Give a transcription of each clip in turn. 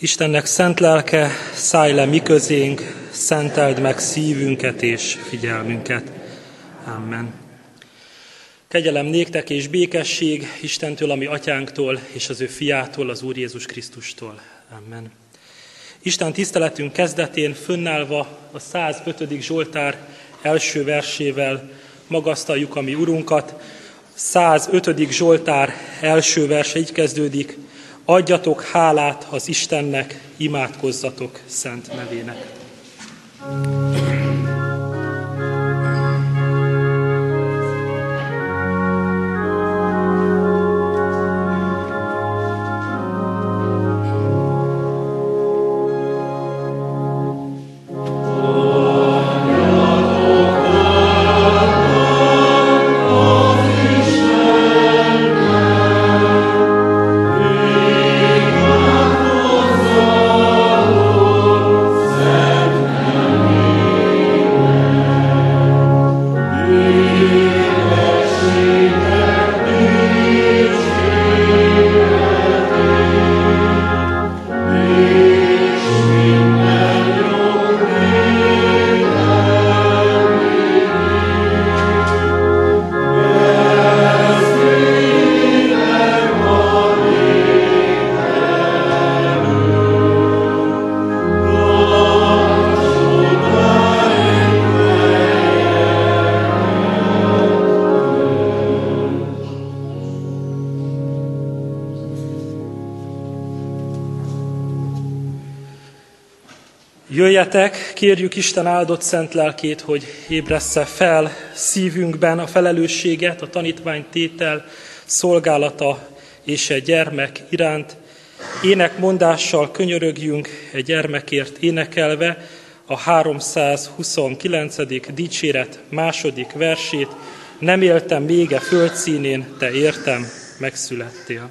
Istennek szent lelke, szállj le mi közénk, szenteld meg szívünket és figyelmünket. Amen. Kegyelem néktek és békesség Istentől, ami atyánktól, és az ő fiától, az Úr Jézus Krisztustól. Amen. Isten tiszteletünk kezdetén fönnállva a 105. Zsoltár első versével magasztaljuk a mi Urunkat. 105. Zsoltár első verse így kezdődik: adjatok hálát az Istennek, imádkozzatok szent nevének. Jöjjetek, kérjük Isten áldott szent lelkét, hogy ébressze fel szívünkben a felelősséget, a tanítványtétel szolgálata és egy gyermek iránt. Énekmondással könyörögjünk egy gyermekért énekelve a 329. dicséret második versét. Nem éltem még a földszínén, te értem, megszülettél.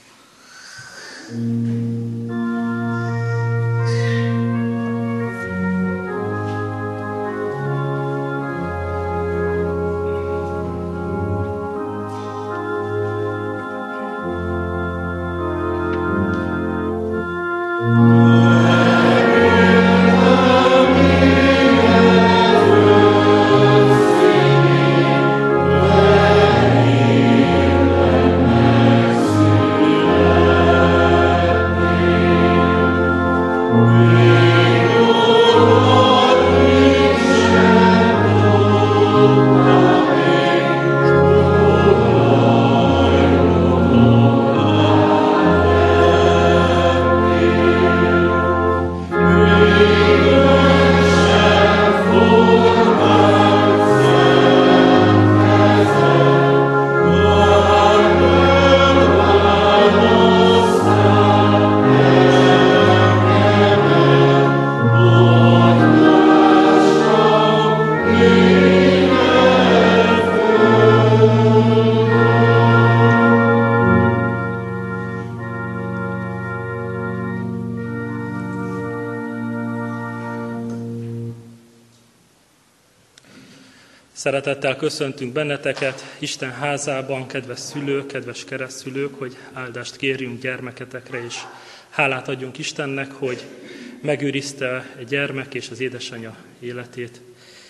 Szeretettel köszöntünk benneteket Isten házában, kedves szülők, kedves keresztszülők, hogy áldást kérjünk gyermeketekre, és hálát adjunk Istennek, hogy megőrizte egy gyermek és az édesanyja életét.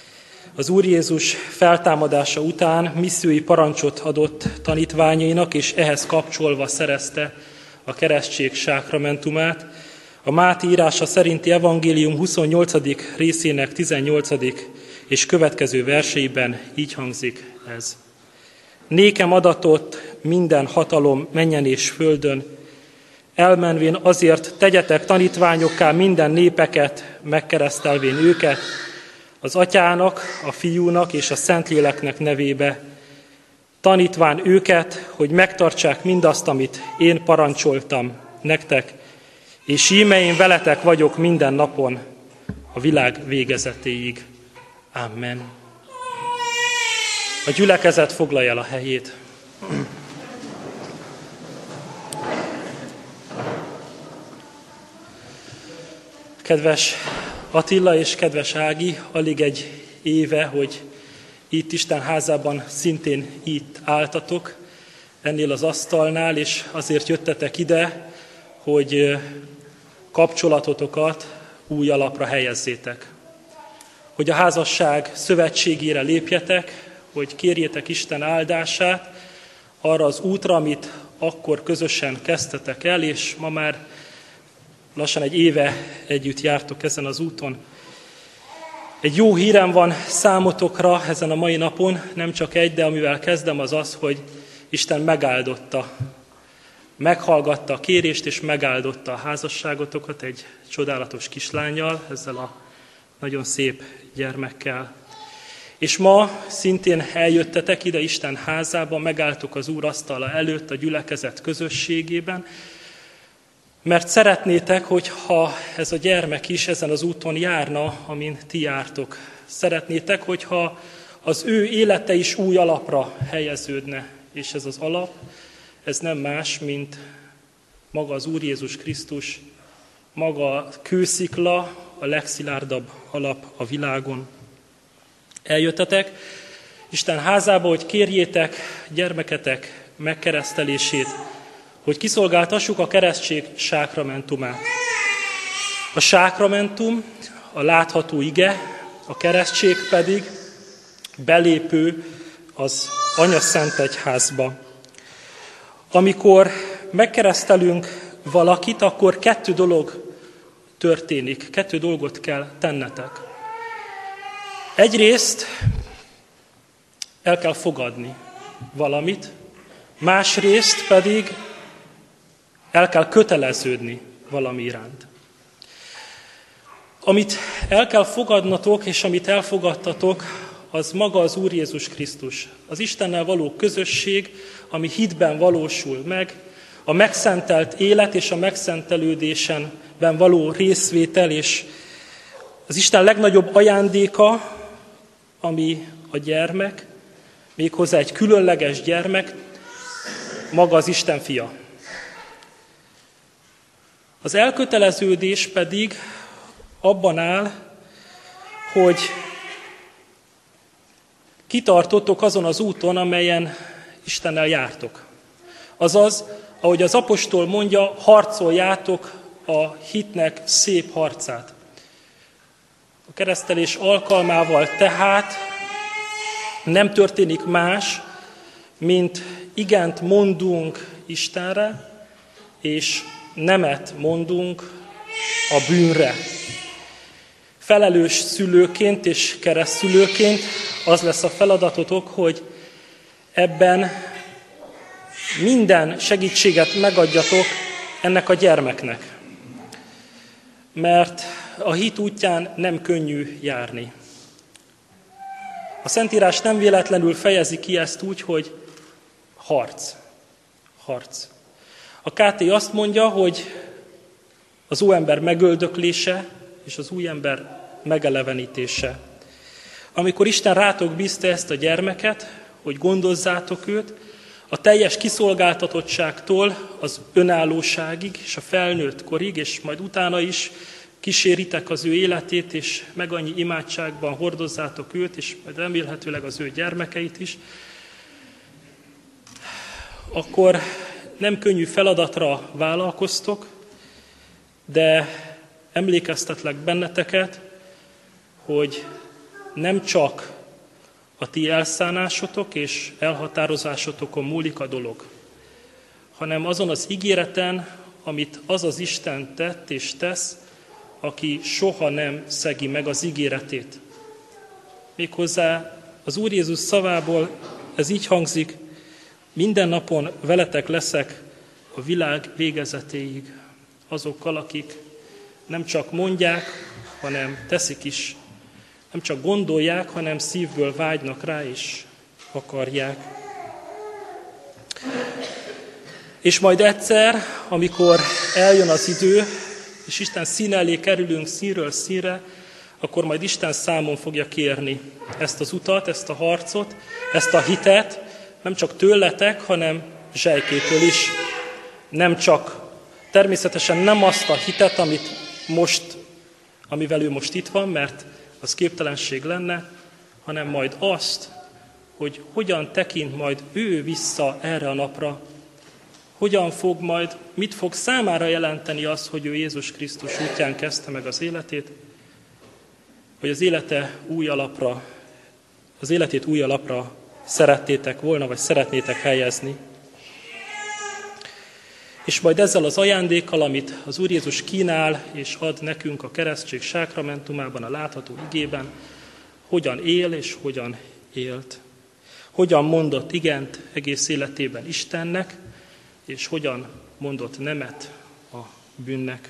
Az Úr Jézus feltámadása után missziói parancsot adott tanítványainak, és ehhez kapcsolva szerezte a keresztség sákramentumát. A Máté írása szerinti evangélium 28. részének 18. és következő verseiben így hangzik ez. Nékem adatott minden hatalom mennyen és földön, elmenvén azért tegyetek tanítványokká minden népeket, megkeresztelvén őket, az Atyának, a Fiúnak és a Szentléleknek nevébe, tanítván őket, hogy megtartsák mindazt, amit én parancsoltam nektek, és íme én veletek vagyok minden napon, a világ végezetéig. Amen. A gyülekezet foglalja el a helyét. Kedves Attila és kedves Ági, alig egy éve, hogy itt Isten házában szintén itt álltatok, ennél az asztalnál, és azért jöttetek ide, hogy kapcsolatotokat új alapra helyezzétek. Hogy a házasság szövetségére lépjetek, hogy kérjétek Isten áldását arra az útra, amit akkor közösen kezdtetek el, és ma már lassan egy éve együtt jártok ezen az úton. Egy jó hírem van számotokra ezen a mai napon, nem csak egy, de amivel kezdem, az az, hogy Isten meghallgatta a kérést, és megáldotta a házasságotokat egy csodálatos kislánnyal, ezzel a nagyon szép gyermekkel. És ma szintén eljöttetek ide Isten házába, megálltok az Úr asztala előtt a gyülekezet közösségében, mert szeretnétek, hogyha ez a gyermek is ezen az úton járna, amin ti jártok. Szeretnétek, hogyha az ő élete is új alapra helyeződne, és ez az alap, ez nem más, mint maga az Úr Jézus Krisztus, maga a kőszikla, a legszilárdabb alap a világon. Eljöttetek Isten házába, hogy kérjétek gyermeketek megkeresztelését, hogy kiszolgáltassuk a keresztség sákramentumát. A sákramentum, a látható ige, a keresztség pedig belépő az Anyaszentegyházba. Amikor megkeresztelünk valakit, akkor 2 dolog történik, 2 dolgot kell tennetek. Egyrészt el kell fogadni valamit, másrészt pedig el kell köteleződni valami iránt. Amit el kell fogadnatok, és amit elfogadtatok, az maga az Úr Jézus Krisztus. Az Istennel való közösség, ami hitben valósul meg, a megszentelt élet és a megszentelődésenben való részvétel, és az Isten legnagyobb ajándéka, ami a gyermek, méghozzá egy különleges gyermek, maga az Isten fia. Az elköteleződés pedig abban áll, hogy kitartotok azon az úton, amelyen Istennel jártok. Azaz, ahogy az apostol mondja, harcoljátok a hitnek szép harcát. A keresztelés alkalmával tehát nem történik más, mint igent mondunk Istenre, és nemet mondunk a bűnre. Felelős szülőként és keresztszülőként az lesz a feladatotok, hogy ebben minden segítséget megadjatok ennek a gyermeknek. Mert a hit útján nem könnyű járni. A Szentírás nem véletlenül fejezi ki ezt úgy, hogy harc. Harc. A KT azt mondja, hogy az óember megöldöklése és az új ember megelevenítése. Amikor Isten rátok bízta ezt a gyermeket, hogy gondozzátok őt, a teljes kiszolgáltatottságtól az önállóságig és a felnőtt korig, és majd utána is kíséritek az ő életét, és meg annyi imádságban hordozzátok őt, és majd remélhetőleg az ő gyermekeit is, akkor nem könnyű feladatra vállalkoztok, de emlékeztetlek benneteket, hogy nem csak a ti elszánásotok és elhatározásotokon múlik a dolog, hanem azon az ígéreten, amit az az Isten tett és tesz, aki soha nem szegi meg az ígéretét. Méghozzá az Úr Jézus szavából ez így hangzik: minden napon veletek leszek a világ végezetéig, azokkal, akik nem csak mondják, hanem teszik is. Nem csak gondolják, hanem szívből vágynak rá és akarják. És majd egyszer, amikor eljön az idő, és Isten színe elé kerülünk színről színre, akkor majd Isten számon fogja kérni ezt az utat, ezt a harcot, ezt a hitet, nem csak tőletek, hanem Zsejkétől is. Nem csak, természetesen nem azt a hitet, amivel ő most itt van, mert az képtelenség lenne, hanem majd azt, hogy hogyan tekint majd ő vissza erre a napra, mit fog számára jelenteni az, hogy ő Jézus Krisztus útján kezdte meg az életét, hogy az életét új alapra szerettétek volna, vagy szeretnétek helyezni. És majd ezzel az ajándékkal, amit az Úr Jézus kínál és ad nekünk a keresztség sákramentumában, a látható igében, hogyan él és hogyan élt. Hogyan mondott igent egész életében Istennek, és hogyan mondott nemet a bűnnek.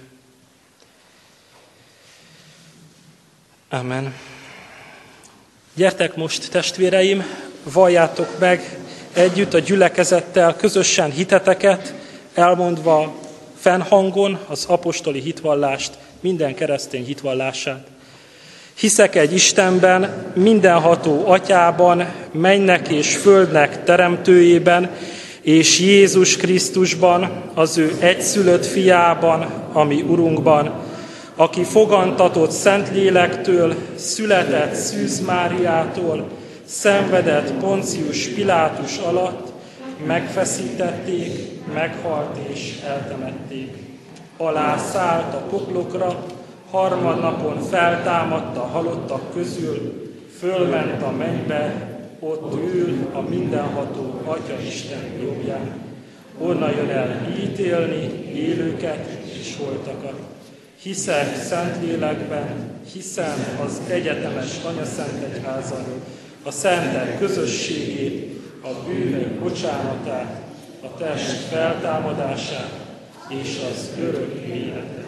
Amen. Gyertek most, testvéreim, valljátok meg együtt a gyülekezettel közösen hiteteket, elmondva fennhangon az apostoli hitvallást, minden keresztény hitvallását. Hiszek egy Istenben, mindenható Atyában, mennek és földnek teremtőjében, és Jézus Krisztusban, az ő egyszülött fiában, ami Urunkban, aki fogantatott Szentlélektől, született Szűz Máriától, szenvedett Poncius Pilátus alatt, megfeszítették, meghalt és eltemették. Alászállt a poklokra, harmadnapon feltámadt a halottak közül, fölment a mennybe, ott ül a mindenható Atya Isten jobbján. Onnan jön el ítélni élőket és holtakat. Hiszek Szentlélekben, hiszem az egyetemes Anyaszentegyházan, a szentek közösségét, a bűnök bocsánatát, a test feltámadását és az örök életet.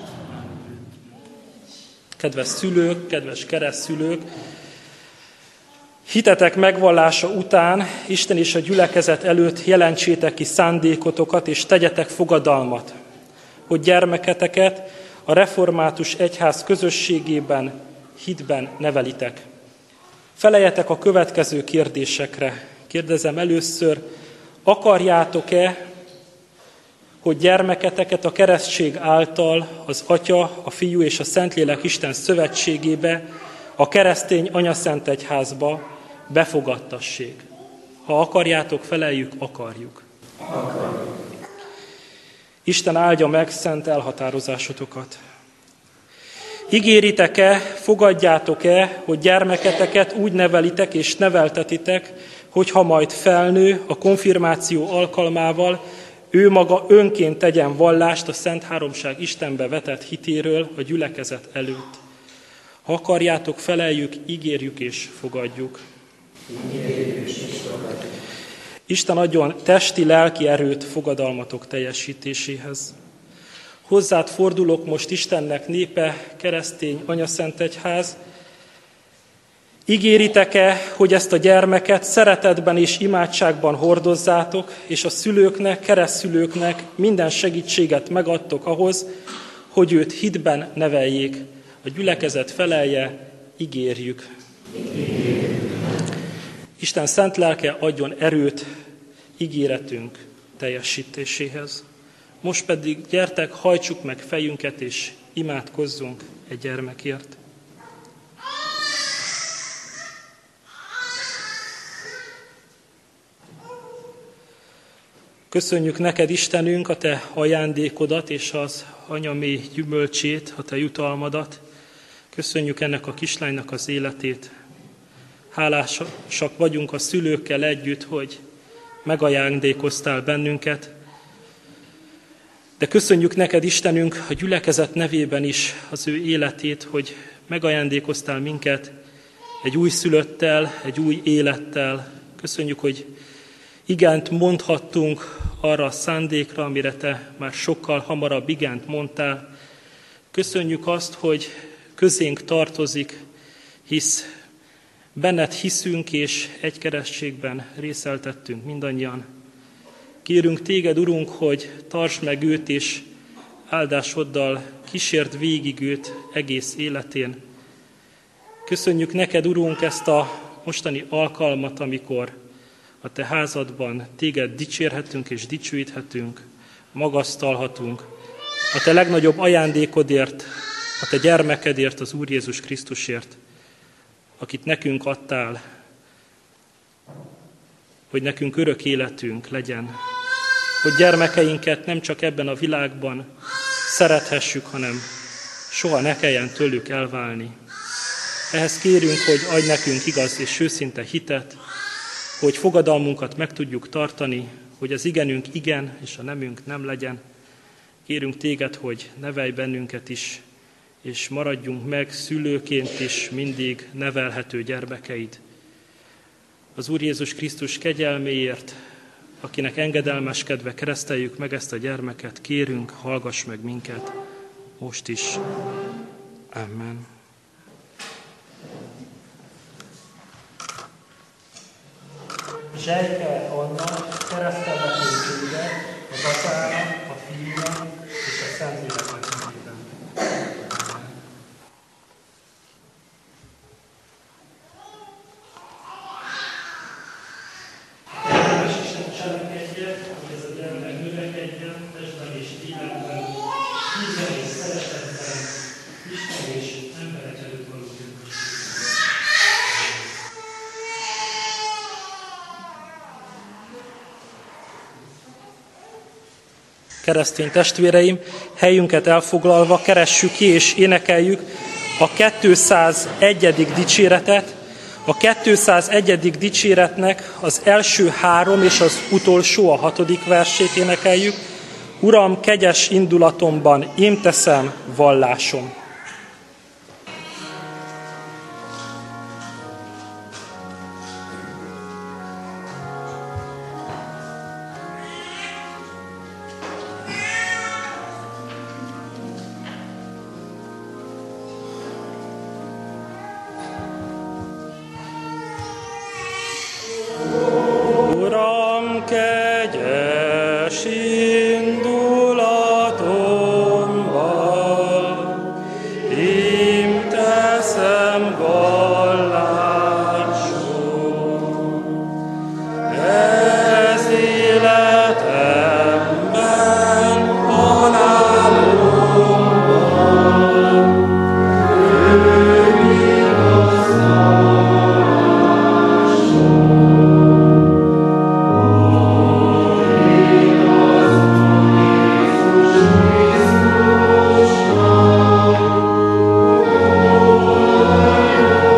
Kedves szülők, kedves keresztszülők, hitetek megvallása után Isten és a gyülekezet előtt jelentsétek ki szándékotokat és tegyetek fogadalmat, hogy gyermeketeket a református egyház közösségében, hitben nevelitek. Feleljetek a következő kérdésekre. Kérdezem először, akarjátok-e, hogy gyermeketeket a keresztség által az Atya, a Fiú és a Szentlélek Isten szövetségébe, a keresztény Anyaszentegyházba befogadtassék? Ha akarjátok, feleljük, akarjuk. Isten áldja meg szent elhatározásotokat. Ígéritek-e, fogadjátok-e, hogy gyermeketeket úgy nevelitek és neveltetitek, hogy ha majd felnő a konfirmáció alkalmával, ő maga önként tegyen vallást a Szent Háromság Istenbe vetett hitéről a gyülekezet előtt. Ha akarjátok, feleljük, ígérjük és fogadjuk. Isten adjon testi-lelki erőt fogadalmatok teljesítéséhez. Hozzád fordulok most, Istennek népe, keresztény Anyaszentegyház. Ígéritek-e, hogy ezt a gyermeket szeretetben és imádságban hordozzátok, és a szülőknek, keresztszülőknek minden segítséget megadtok ahhoz, hogy őt hitben neveljék? A gyülekezet felelje, ígérjük. Isten szent lelke adjon erőt ígéretünk teljesítéséhez. Most pedig gyertek, hajtsuk meg fejünket, és imádkozzunk egy gyermekért. Köszönjük neked, Istenünk, a te ajándékodat és az anyaméh gyümölcsét, a te jutalmadat. Köszönjük ennek a kislánynak az életét. Hálásak vagyunk a szülőkkel együtt, hogy megajándékoztál bennünket. De köszönjük neked, Istenünk, a gyülekezet nevében is az ő életét, hogy megajándékoztál minket egy újszülöttel, egy új élettel. Köszönjük, hogy igent mondhattunk arra a szándékra, amire te már sokkal hamarabb igent mondtál. Köszönjük azt, hogy közénk tartozik, hisz benned hiszünk, és egy keresztségben részeltettünk mindannyian. Kérünk téged, Urunk, hogy tartsd meg őt, és áldásoddal kísérd végig őt egész életén. Köszönjük neked, Urunk, ezt a mostani alkalmat, amikor a te házadban téged dicsérhetünk és dicsőíthetünk, magasztalhatunk. A te legnagyobb ajándékodért, a te gyermekedért, az Úr Jézus Krisztusért, akit nekünk adtál, hogy nekünk örök életünk legyen. hogy gyermekeinket nem csak ebben a világban szerethessük, hanem soha ne kelljen tőlük elválni. Ehhez kérünk, hogy adj nekünk igaz és őszinte hitet, hogy fogadalmunkat meg tudjuk tartani, hogy az igenünk igen, és a nemünk nem legyen. Kérünk téged, hogy nevelj bennünket is, és maradjunk meg szülőként is mindig nevelhető gyermekeid. Az Úr Jézus Krisztus kegyelméért, akinek engedelmeskedve kereszteljük meg ezt a gyermeket, kérünk, hallgass meg minket, most is. Amen. Zsejke Anna, keresztelhető téged, az Atyának, a Fiúnak és a Szentléleknek nevében. Kedves Isten cselekedje, hogy ez a gyermek növekedjen, testben és lélekben, hízen és szeretetben, Isten és emberek előtt való keresztény testvéreim, helyünket elfoglalva keressük ki és énekeljük a 201. dicséretet. A 201. dicséretnek az első 3 és az utolsó, a 6. versét énekeljük. Uram, kegyes indulatomban én teszem vallásom. Kegyes indulatomban én teszem vallásom, ez életemben, halálomban, ő igazságosom.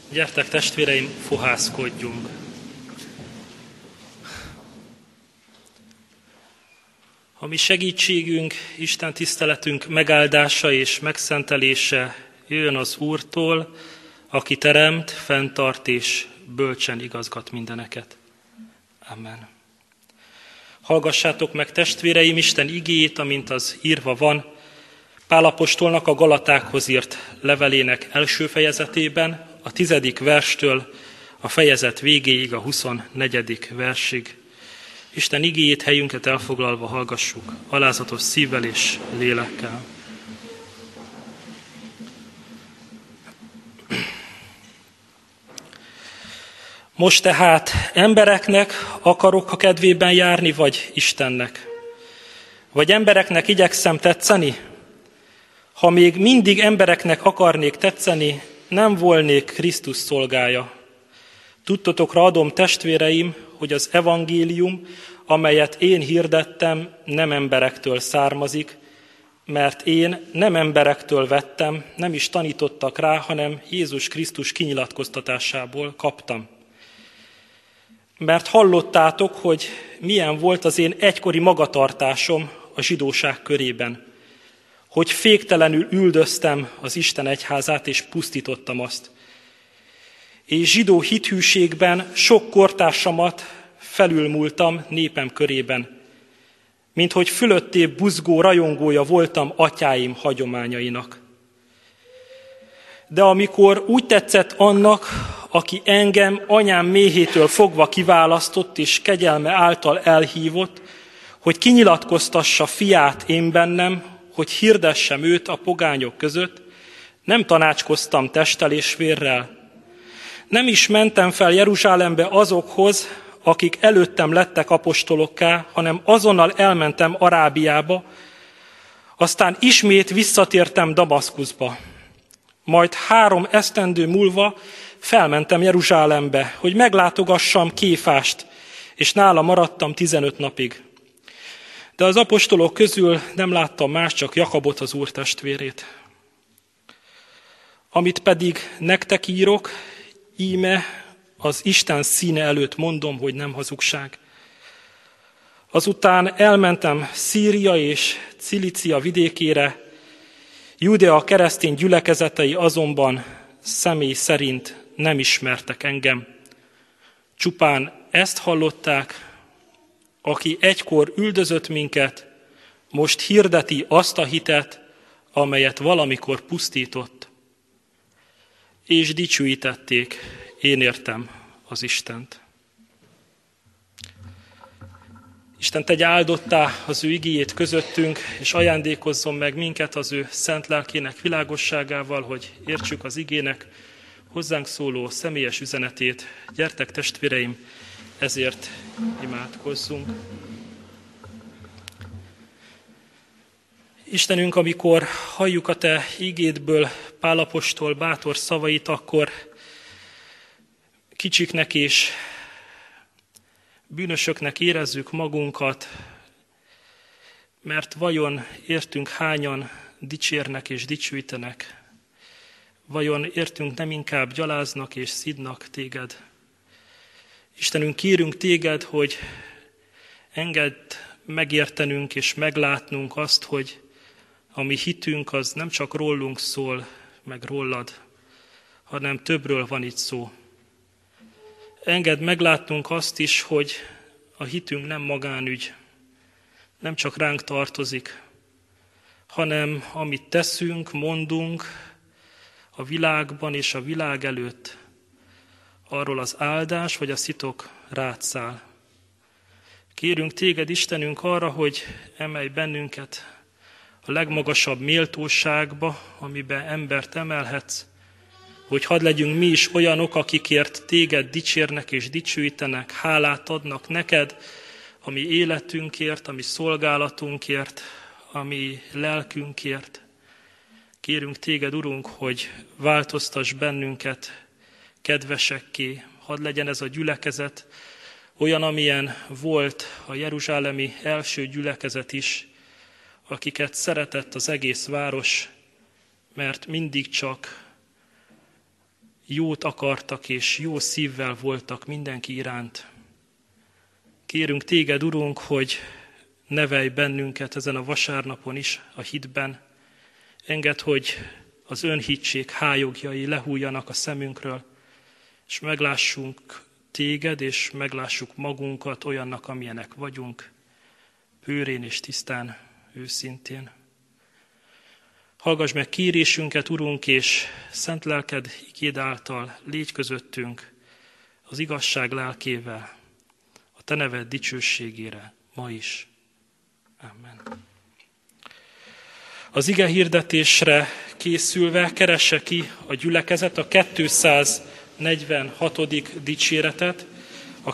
Gyertek testvéreim, fohászkodjunk! A mi segítségünk, Isten tiszteletünk megáldása és megszentelése jöjjön az Úrtól, aki teremt, fenntart és bölcsen igazgat mindeneket. Amen. Hallgassátok meg, testvéreim, Isten igéjét, amint az írva van, Pál apostolnak a Galatákhoz írt levelének első fejezetében, a 10. verstől a fejezet végéig, a 24. versig. Isten igéjét helyünket elfoglalva hallgassuk, alázatos szívvel és lélekkel. Most tehát embereknek akarok a kedvében járni, vagy Istennek? Vagy embereknek igyekszem tetszeni? Ha még mindig embereknek akarnék tetszeni, nem volnék Krisztus szolgája. Tudtotokra adom, testvéreim, hogy az evangélium, amelyet én hirdettem, nem emberektől származik, mert én nem emberektől vettem, nem is tanítottak rá, hanem Jézus Krisztus kinyilatkoztatásából kaptam. Mert hallottátok, hogy milyen volt az én egykori magatartásom a zsidóság körében, hogy féktelenül üldöztem az Isten egyházát és pusztítottam azt. És zsidó hithűségben sok kortársamat felülmúltam népem körében, mint hogy fölöttébb buzgó rajongója voltam atyáim hagyományainak. De amikor úgy tetszett annak, aki engem anyám méhétől fogva kiválasztott és kegyelme által elhívott, hogy kinyilatkoztassa fiát én bennem, hogy hirdessem őt a pogányok között, nem tanácskoztam testtel és vérrel. Nem is mentem fel Jeruzsálembe azokhoz, akik előttem lettek apostolokká, hanem azonnal elmentem Arábiába, aztán ismét visszatértem Damaszkuszba. Majd 3 esztendő múlva felmentem Jeruzsálembe, hogy meglátogassam Kéfást, és nála maradtam 15 napig. De az apostolok közül nem láttam más, csak Jakabot, az Úr testvérét. Amit pedig nektek írok, íme az Isten színe előtt mondom, hogy nem hazugság. Azután elmentem Szíria és Cilícia vidékére, Judea keresztény gyülekezetei azonban személy szerint nem ismertek engem. Csupán ezt hallották, aki egykor üldözött minket, most hirdeti azt a hitet, amelyet valamikor pusztított. És dicsőítették, én értem az Istent. Isten tegye áldottá az ő igéjét közöttünk, és ajándékozzon meg minket az ő szent lelkének világosságával, hogy értsük az igének hozzánk szóló személyes üzenetét. Gyertek, testvéreim, ezért imádkozzunk. Istenünk, amikor halljuk a te igédből Pál apostol bátor szavait, akkor kicsiknek és bűnösöknek érezzük magunkat, mert vajon értünk hányan dicsérnek és dicsőítenek? Vajon értünk nem inkább gyaláznak és szidnak téged? Istenünk, kérünk téged, hogy engedd megértenünk és meglátnunk azt, hogy a mi hitünk az nem csak rólunk szól, meg rólad, hanem többről van itt szó. Engedd meglátnunk azt is, hogy a hitünk nem magánügy, nem csak ránk tartozik, hanem amit teszünk, mondunk a világban és a világ előtt, arról az áldás vagy a szitok rád száll. Kérünk téged, Istenünk, arra, hogy emelj bennünket a legmagasabb méltóságba, amiben embert emelhetsz, hogy hadd legyünk mi is olyanok, akikért téged dicsérnek és dicsőítenek, hálát adnak neked, a mi életünkért, a mi szolgálatunkért, a mi lelkünkért. Kérünk téged, Urunk, hogy változtass bennünket kedvesekké, hadd legyen ez a gyülekezet olyan, amilyen volt a jeruzsálemi első gyülekezet is, akiket szeretett az egész város, mert mindig csak jót akartak és jó szívvel voltak mindenki iránt. Kérünk téged, Urunk, hogy nevelj bennünket ezen a vasárnapon is a hitben. Engedd, hogy az önhittség hályogjai lehújjanak a szemünkről, és meglássunk téged, és meglássuk magunkat olyannak, amilyenek vagyunk, bőrén és tisztán, őszintén. Hallgass meg kérésünket, Urunk, és szent lelked igéd által légy közöttünk az igazság lelkével, a te neved dicsőségére ma is. Amen. Az ige hirdetésre készülve keresse ki a gyülekezet a 246. dicséretet, a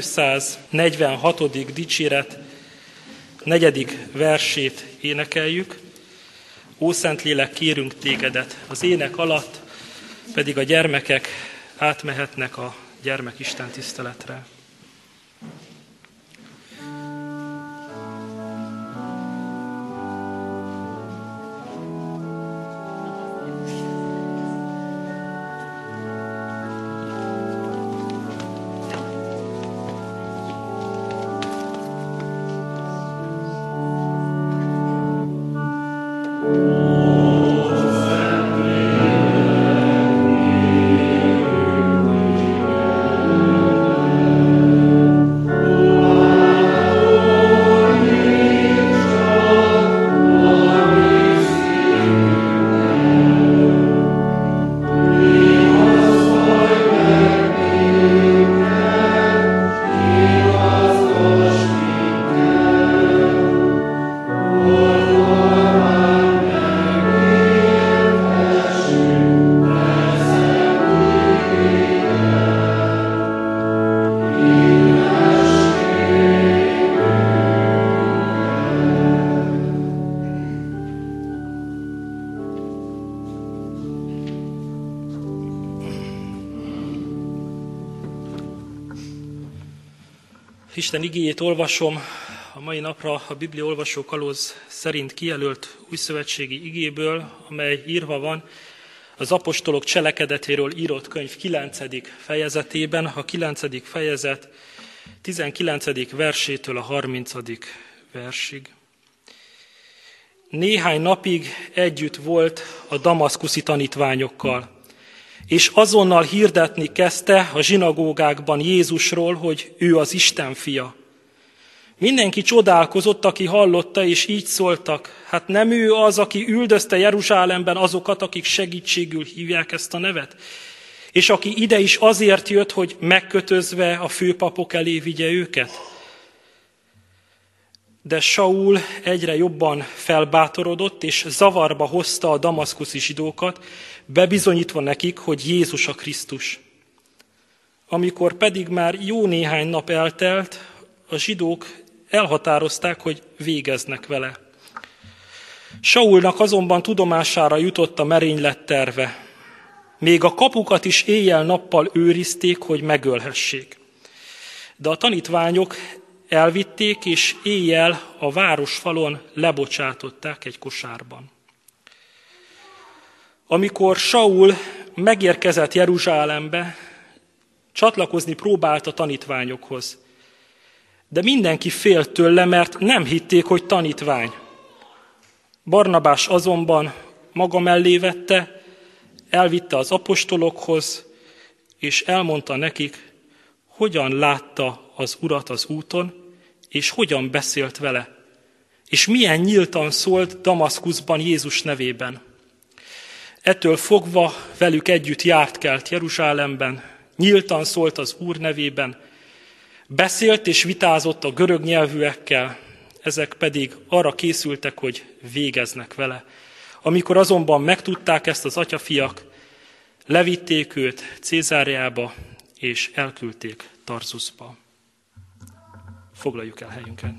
246. dicséret 4. versét énekeljük. Ó Szentlélek, kérünk tégedet, az ének alatt pedig a gyermekek átmehetnek a gyermekisten tiszteletre. Isten igéjét olvasom a mai napra a Biblia olvasó kalóz szerint kijelölt újszövetségi igéből, amely írva van az apostolok cselekedetéről írott könyv 9. fejezetében, a 9. fejezet 19. versétől a 30. versig. Néhány napig együtt volt a damaszkuszi tanítványokkal, és azonnal hirdetni kezdte a zsinagógákban Jézusról, hogy ő az Isten fia. Mindenki csodálkozott, aki hallotta, és így szóltak: hát nem ő az, aki üldözte Jeruzsálemben azokat, akik segítségül hívják ezt a nevet? És aki ide is azért jött, hogy megkötözve a főpapok elé vigye őket? De Saul egyre jobban felbátorodott, és zavarba hozta a damaszkuszi zsidókat, bebizonyítva nekik, hogy Jézus a Krisztus. Amikor pedig már jó néhány nap eltelt, a zsidók elhatározták, hogy végeznek vele. Saulnak azonban tudomására jutott a merénylet terve. Még a kapukat is éjjel-nappal őrizték, hogy megölhessék. De a tanítványok elvitték, és éjjel a városfalon lebocsátották egy kosárban. Amikor Saul megérkezett Jeruzsálembe, csatlakozni próbált a tanítványokhoz. De mindenki félt tőle, mert nem hitték, hogy tanítvány. Barnabás azonban maga mellé vette, elvitte az apostolokhoz, és elmondta nekik, hogyan látta az Urat az úton, és hogyan beszélt vele, és milyen nyíltan szólt Damaszkuszban Jézus nevében. Ettől fogva velük együtt járt kelt Jeruzsálemben, nyíltan szólt az Úr nevében, beszélt és vitázott a görög nyelvűekkel, ezek pedig arra készültek, hogy végeznek vele. Amikor azonban megtudták ezt az atyafiak, levitték őt Cézáreába, és elküldték Tarzuszba. Foglaljuk el helyünket.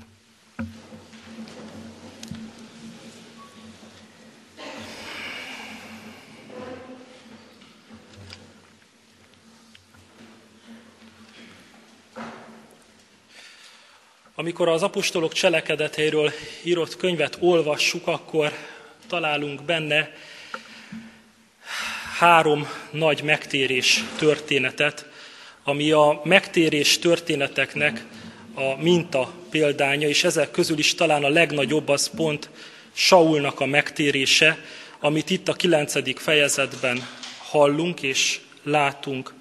Amikor az apostolok cselekedetéről írott könyvet olvassuk, akkor találunk benne 3 nagy megtérés történetet, ami a megtérés történeteknek a minta példánya, és ezek közül is talán a legnagyobb az pont Saulnak a megtérése, amit itt a 9. fejezetben hallunk és látunk.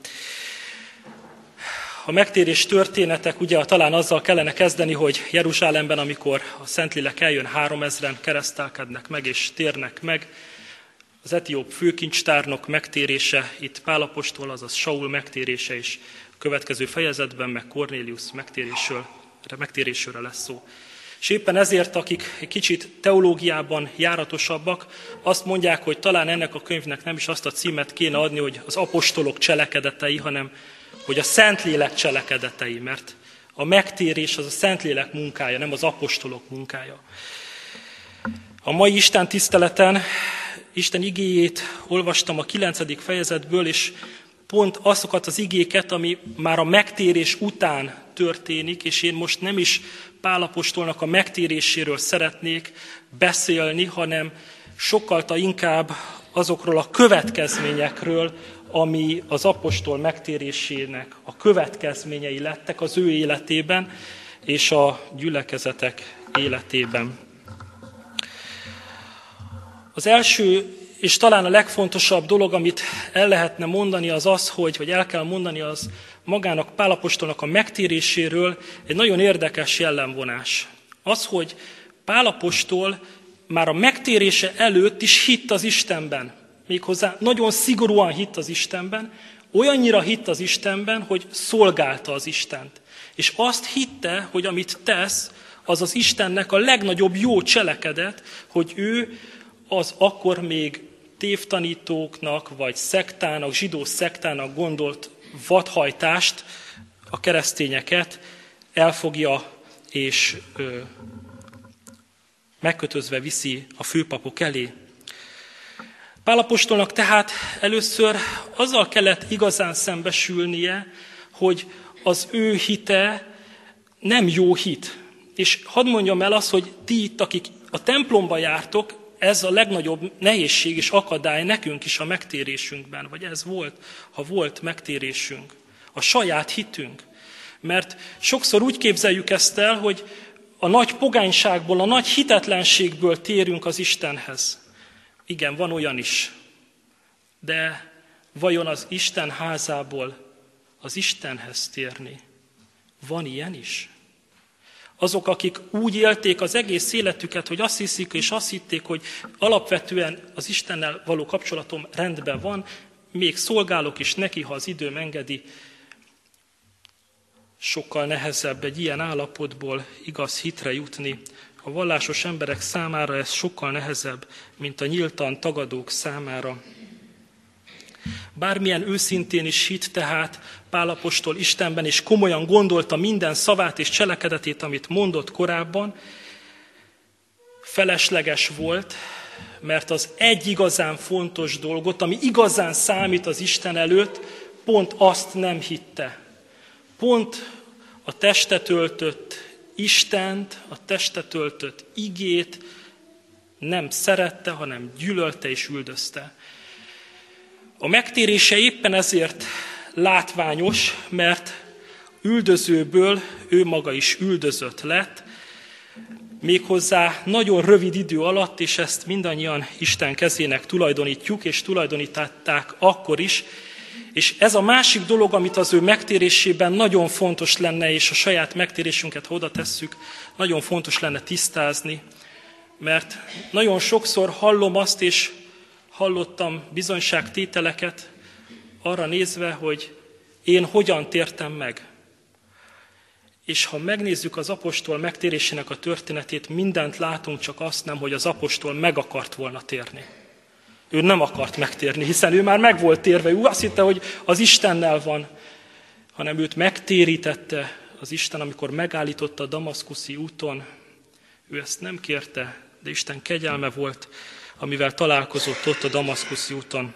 A megtérés történetek ugye talán azzal kellene kezdeni, hogy Jeruzsálemben, amikor a Szentlélek eljön, 3000-en keresztelkednek meg és térnek meg. Az etióp főkincstárnok megtérése, itt Pál apostol, azaz Saul megtérése is a következő fejezetben, meg Kornélius megtérésről lesz szó. És éppen ezért, akik egy kicsit teológiában járatosabbak, azt mondják, hogy talán ennek a könyvnek nem is azt a címet kéne adni, hogy az apostolok cselekedetei, hanem hogy a Szentlélek cselekedetei, mert a megtérés az a Szentlélek munkája, nem az apostolok munkája. A mai Isten tiszteleten Isten igéjét olvastam a 9. fejezetből, és pont azokat az igéket, ami már a megtérés után történik, és én most nem is Pál apostolnak a megtéréséről szeretnék beszélni, hanem sokkal inkább azokról a következményekről, ami az apostol megtérésének a következményei lettek az ő életében és a gyülekezetek életében. Az első és talán a legfontosabb dolog, amit el lehetne mondani, az az, vagy el kell mondani, az magának Pál apostolnak a megtéréséről egy nagyon érdekes jellemvonás. Az, hogy Pál apostol már a megtérése előtt is hitt az Istenben. Méghozzá nagyon szigorúan hitt az Istenben, olyannyira hitt az Istenben, hogy szolgálta az Istent. És azt hitte, hogy amit tesz, az az Istennek a legnagyobb jó cselekedet, hogy ő az akkor még tévtanítóknak, vagy szektának, zsidó szektának gondolt vadhajtást, a keresztényeket elfogja és megkötözve viszi a főpapok elé. Pál apostolnak tehát először azzal kellett igazán szembesülnie, hogy az ő hite nem jó hit. És hadd mondjam el azt, hogy ti itt, akik a templomba jártok, ez a legnagyobb nehézség és akadály nekünk is a megtérésünkben, vagy ez volt, ha volt megtérésünk, a saját hitünk. Mert sokszor úgy képzeljük ezt el, hogy a nagy pogányságból, a nagy hitetlenségből térünk az Istenhez. Igen, van olyan is. De vajon az Isten házából az Istenhez térni? Van ilyen is? Azok, akik úgy élték az egész életüket, hogy azt hiszik és azt hitték, hogy alapvetően az Istennel való kapcsolatom rendben van, még szolgálok is neki, ha az időm engedi, sokkal nehezebb egy ilyen állapotból igaz hitre jutni. A vallásos emberek számára ez sokkal nehezebb, mint a nyíltan tagadók számára. Bármilyen őszintén is hitt tehát Pál apostol Istenben, és komolyan gondolta minden szavát és cselekedetét, amit mondott korábban, felesleges volt, mert az egy igazán fontos dolgot, ami igazán számít az Isten előtt, pont azt nem hitte. Pont a testet öltött Istent, a testet öltött igét nem szerette, hanem gyűlölte és üldözte. A megtérése éppen ezért látványos, mert üldözőből ő maga is üldözött lett, méghozzá nagyon rövid idő alatt, és ezt mindannyian Isten kezének tulajdonítjuk, és tulajdonították akkor is, és ez a másik dolog, amit az ő megtérésében nagyon fontos lenne, és a saját megtérésünket, ha oda tesszük, nagyon fontos lenne tisztázni, mert nagyon sokszor hallom azt, és hallottam bizonyságtételeket arra nézve, hogy én hogyan tértem meg. És ha megnézzük az apostol megtérésének a történetét, mindent látunk, csak azt nem, hogy az apostol meg akart volna térni. Ő nem akart megtérni, hiszen ő már meg volt térve, ő azt hitte, hogy az Istennel van, hanem őt megtérítette az Isten, amikor megállította a damaszkuszi úton. Ő ezt nem kérte, de Isten kegyelme volt, amivel találkozott ott a damaszkuszi úton.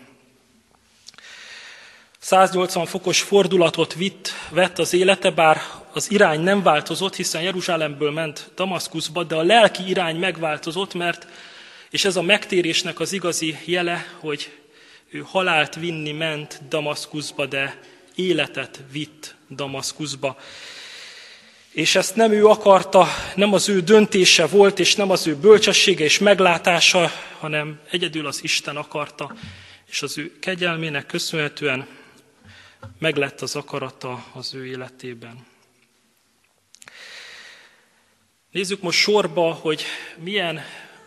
180 fokos fordulatot vett az élete, bár az irány nem változott, hiszen Jeruzsálemből ment Damaszkuszba, de a lelki irány megváltozott, és ez a megtérésnek az igazi jele, hogy ő halált vinni ment Damaszkuszba, de életet vitt Damaszkuszba. És ezt nem ő akarta, nem az ő döntése volt, és nem az ő bölcsessége és meglátása, hanem egyedül az Isten akarta, és az ő kegyelmének köszönhetően meglett az akarata az ő életében. Nézzük most sorba, hogy milyen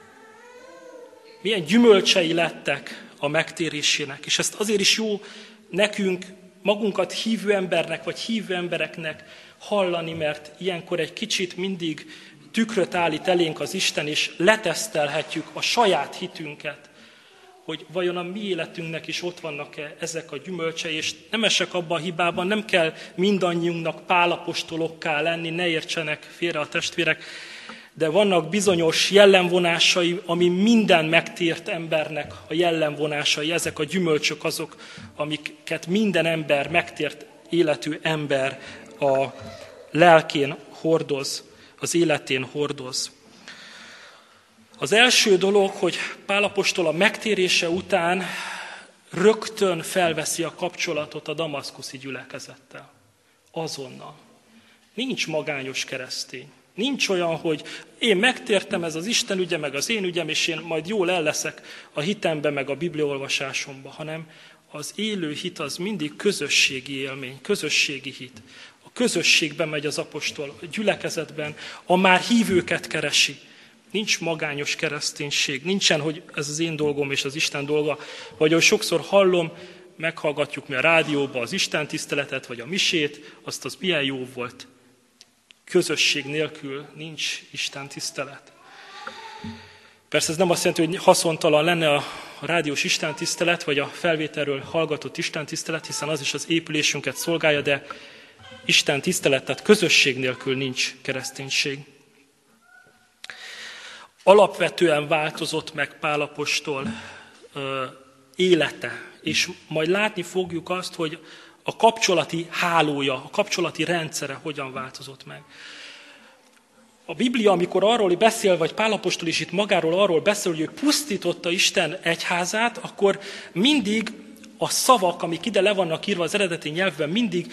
gyümölcsei lettek a megtérésének. És ezt azért is jó nekünk, magunkat hívő embernek, vagy hívő embereknek hallani, mert ilyenkor egy kicsit mindig tükröt állít elénk az Isten, és letesztelhetjük a saját hitünket, hogy vajon a mi életünknek is ott vannak-e ezek a gyümölcsei, és nem esek abba a hibában, nem kell mindannyiunknak Pál apostolokká lenni, ne értsenek félre a testvérek, de vannak bizonyos jellemvonásai, ami minden megtért embernek a jellemvonásai, ezek a gyümölcsök azok, amiket minden ember, megtért életű ember a lelkén hordoz, az életén hordoz. Az első dolog, hogy Pál apostol a megtérése után rögtön felveszi a kapcsolatot a damaszkuszi gyülekezettel. Azonnal. Nincs magányos keresztény. Nincs olyan, hogy én megtértem, ez az Isten ügye, meg az én ügyem, és én majd jól el leszek a hitembe, meg a bibliaolvasásomba, hanem az élő hit az mindig közösségi élmény, közösségi hit. A közösségben megy az apostol, a gyülekezetben, a már hívőket keresi. Nincs magányos kereszténység, nincsen, hogy ez az én dolgom és az Isten dolga, vagy ahogy sokszor hallom, meghallgatjuk mi a rádióban az Isten tiszteletet, vagy a misét, azt az milyen jó volt. Közösség nélkül nincs Isten tisztelet. Persze ez nem azt jelenti, hogy haszontalan lenne a rádiós Isten tisztelet, vagy a felvételről hallgatott Isten tisztelet, hiszen az is az épülésünket szolgálja, de Isten tisztelet, tehát közösség nélkül nincs kereszténység. Alapvetően változott meg Pál apostol élete, és majd látni fogjuk azt, hogy a kapcsolati hálója, a kapcsolati rendszere hogyan változott meg. A Biblia, amikor arról beszél, vagy Pál apostol is itt magáról arról beszél, hogy ő pusztította Isten egyházát, akkor mindig a szavak, amik ide le vannak írva az eredeti nyelvben, mindig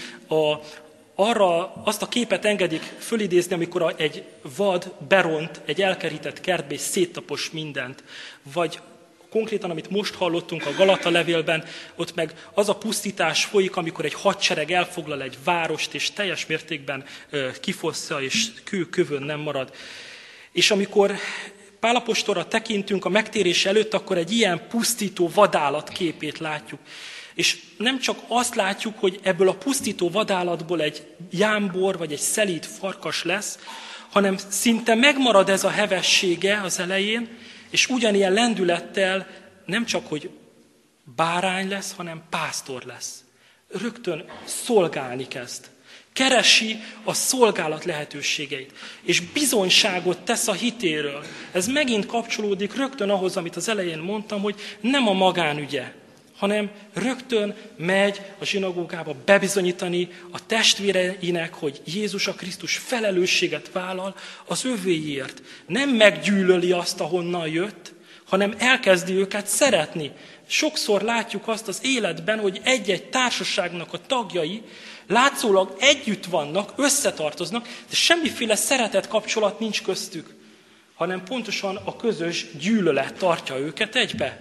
arra azt a képet engedik fölidézni, amikor egy vad beront egy elkerített kertbe és széttapos mindent. Vagy konkrétan, amit most hallottunk a Galata levélben, ott meg az a pusztítás folyik, amikor egy hadsereg elfoglal egy várost, és teljes mértékben kifossza, és kőkövön nem marad. És amikor Pál apostolra tekintünk a megtérés előtt, akkor egy ilyen pusztító vadállat képét látjuk. És nem csak azt látjuk, hogy ebből a pusztító vadállatból egy jámbor vagy egy szelíd farkas lesz, hanem szinte megmarad ez a hevessége az elején, és ugyanilyen lendülettel nem csak, hogy bárány lesz, hanem pásztor lesz. Rögtön szolgálni kezd. Keresi a szolgálat lehetőségeit, és bizonyságot tesz a hitéről. Ez megint kapcsolódik rögtön ahhoz, amit az elején mondtam, hogy nem a magánügye, hanem rögtön megy a zsinagógába bebizonyítani a testvéreinek, hogy Jézus a Krisztus felelősséget vállal az övéért. Nem meggyűlöli azt, ahonnan jött, hanem elkezdi őket szeretni. Sokszor látjuk azt az életben, hogy egy-egy társaságnak a tagjai látszólag együtt vannak, összetartoznak, de semmiféle szeretet kapcsolat nincs köztük, hanem pontosan a közös gyűlölet tartja őket egybe.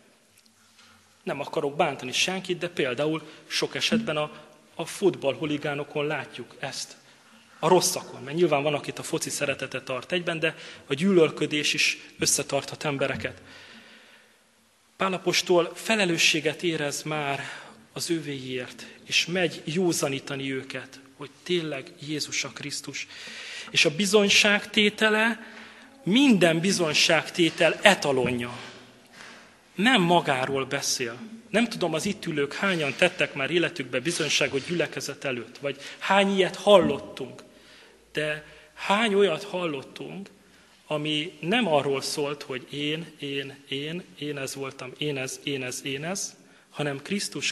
Nem akarok bántani senkit, de például sok esetben a futballhuligánokon látjuk ezt. A rosszakon, mert nyilván van, akit a foci szeretete tart egyben, de a gyűlölködés is összetarthat embereket. Pál apostol felelősséget érez már az övéért, és megy józanítani őket, hogy tényleg Jézus a Krisztus. És a bizonyságtétele minden bizonyságtétel etalonja. Nem magáról beszél. Nem tudom, az itt ülők hányan tettek már életükbe bizonyságot gyülekezet előtt, vagy hány ilyet hallottunk. De hány olyat hallottunk, ami nem arról szólt, hogy én ez voltam, én ez, hanem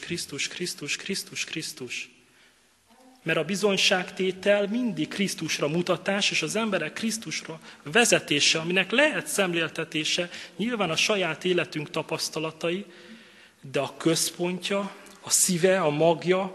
Krisztus. Mert a bizonyságtétel mindig Krisztusra mutatás, és az emberek Krisztusra vezetése, aminek lehet szemléltetése, nyilván a saját életünk tapasztalatai, de a központja, a szíve, a magja,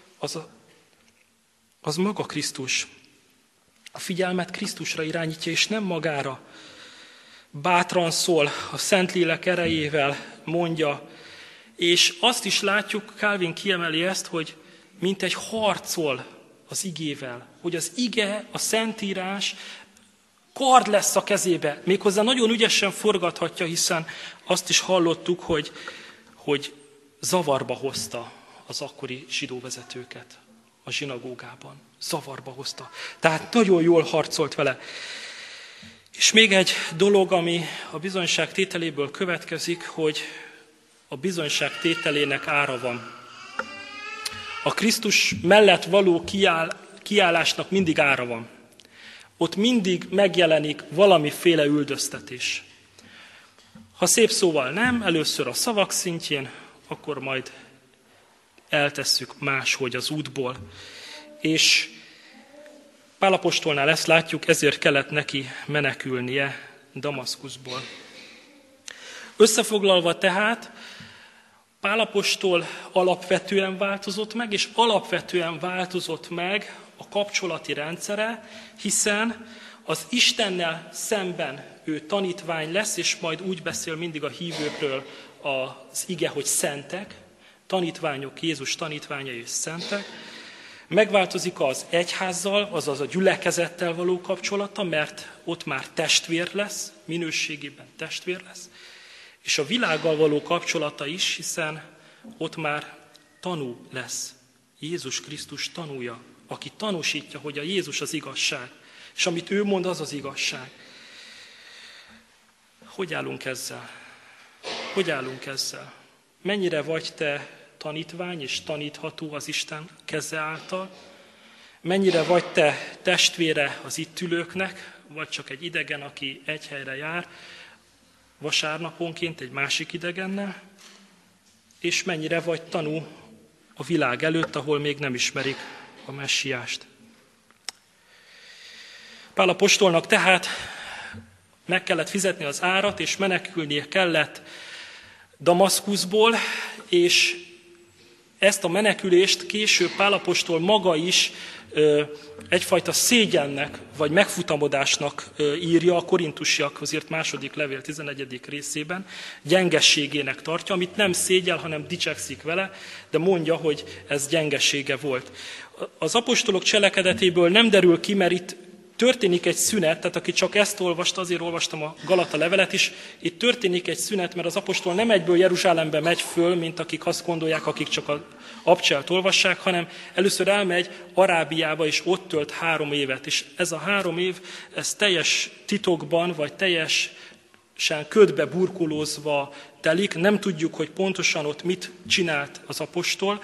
az maga Krisztus. A figyelmet Krisztusra irányítja, és nem magára. Bátran szól, a Szentlélek erejével mondja, és azt is látjuk, Calvin kiemeli ezt, hogy mintegy harcol az igével, hogy az ige, a Szentírás kard lesz a kezébe, méghozzá nagyon ügyesen forgathatja, hiszen azt is hallottuk, hogy zavarba hozta az akkori zsidóvezetőket a zsinagógában. Zavarba hozta. Tehát nagyon jól harcolt vele. És még egy dolog, ami a bizonyság tételéből következik, hogy a bizonyság tételének ára van. A Krisztus mellett való kiállásnak mindig ára van. Ott mindig megjelenik valamiféle üldöztetés. Ha szép szóval nem, először a szavak szintjén, akkor majd eltesszük máshogy az útból. És Pál apostolnál ezt látjuk, ezért kellett neki menekülnie Damaszkuszból. Összefoglalva tehát, Pál apostol alapvetően változott meg, és alapvetően változott meg a kapcsolati rendszere, hiszen az Istennel szemben ő tanítvány lesz, és majd úgy beszél mindig a hívőkről az ige, hogy szentek, tanítványok, Jézus tanítványai és szentek. Megváltozik az egyházzal, azaz a gyülekezettel való kapcsolata, mert ott már testvér lesz, minőségében testvér lesz, és a világgal való kapcsolata is, hiszen ott már tanú lesz. Jézus Krisztus tanúja, aki tanúsítja, hogy a Jézus az igazság, és amit ő mond, az az igazság. Hogy állunk ezzel? Hogy állunk ezzel? Mennyire vagy te tanítvány és tanítható az Isten keze által? Mennyire vagy te testvére az itt ülőknek, vagy csak egy idegen, aki egy helyre jár, vasárnaponként egy másik idegennel? És mennyire vagy tanú a világ előtt, ahol még nem ismerik a messiást? Pál apostolnak tehát meg kellett fizetni az árat, és menekülnie kellett Damaszkuszból, és ezt a menekülést később Pál apostol maga is egyfajta szégyennek, vagy megfutamodásnak írja a Korintusiakhoz írt második levél 11. részében, gyengességének tartja, amit nem szégyel, hanem dicsekszik vele, de mondja, hogy ez gyengessége volt. Az apostolok cselekedetéből nem derül ki, mert itt történik egy szünet, tehát aki csak ezt olvasta, azért olvastam a Galata levelet is, itt történik egy szünet, mert az apostol nem egyből Jeruzsálembe megy föl, mint akik azt gondolják, akik csak az abcselt olvassák, hanem először elmegy Arábiába, és ott tölt 3 évet. És ez a 3 év, ez teljes titokban, vagy teljesen ködbe burkolózva telik. Nem tudjuk, hogy pontosan ott mit csinált az apostol.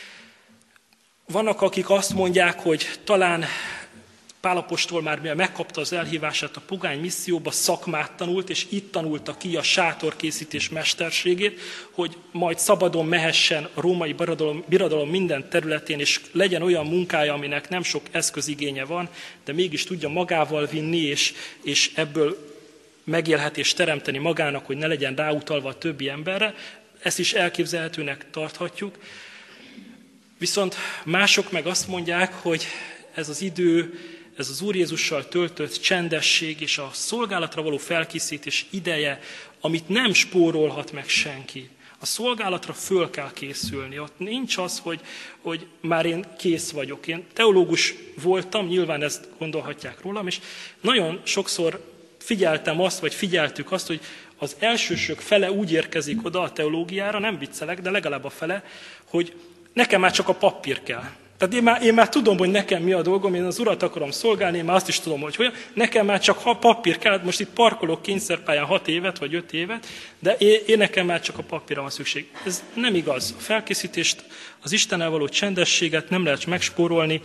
Vannak, akik azt mondják, hogy talán Pál apostol már mivel megkapta az elhívását a pogány misszióba, szakmát tanult, és itt tanulta ki a sátorkészítés mesterségét, hogy majd szabadon mehessen a római birodalom minden területén, és legyen olyan munkája, aminek nem sok eszközigénye van, de mégis tudja magával vinni, és ebből megélhetést teremteni magának, hogy ne legyen ráutalva a többi emberre. Ezt is elképzelhetőnek tarthatjuk. Viszont mások meg azt mondják, hogy ez az idő, ez az Úr Jézussal töltött csendesség és a szolgálatra való felkészítés ideje, amit nem spórolhat meg senki. A szolgálatra föl kell készülni. Ott nincs az, hogy már én kész vagyok. Én teológus voltam, nyilván ezt gondolhatják rólam, és nagyon sokszor figyeltük azt, hogy az elsősök fele úgy érkezik oda a teológiára, nem viccelek, de legalább a fele, hogy nekem már csak a papír kell. Tehát én már tudom, hogy nekem mi a dolgom, én az Urat akarom szolgálni, én már azt is tudom, hogy hogyan. Nekem már csak papír kell, most itt parkolok kényszerpályán 6 évet vagy 5 évet, de én nekem már csak a papírra van szükség. Ez nem igaz. A felkészítést, az Istennel való csendességet nem lehet megspórolni.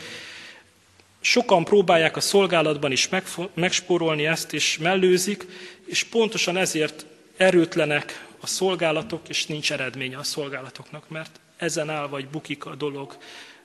Sokan próbálják a szolgálatban is megspórolni ezt, és mellőzik, és pontosan ezért erőtlenek a szolgálatok, és nincs eredménye a szolgálatoknak, mert ezen áll vagy bukik a dolog.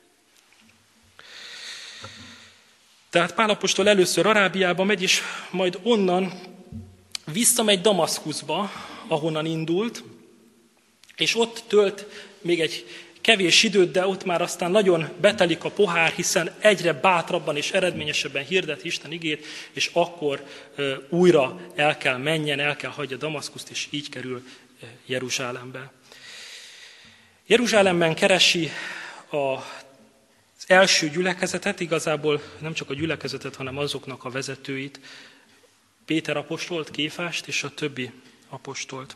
Tehát Pál apostol először Arábiába megy, és majd onnan visszamegy Damaszkuszba, ahonnan indult, és ott tölt még egy kevés időt, de ott már aztán nagyon betelik a pohár, hiszen egyre bátrabban és eredményesebben hirdet Isten igét, és akkor újra el kell menjen, el kell hagyja Damaszkuszt, és így kerül Jeruzsálembe. Jeruzsálemben keresi az első gyülekezetet, igazából nem csak a gyülekezetet, hanem azoknak a vezetőit, Péter apostolt, Kéfást és a többi apostolt.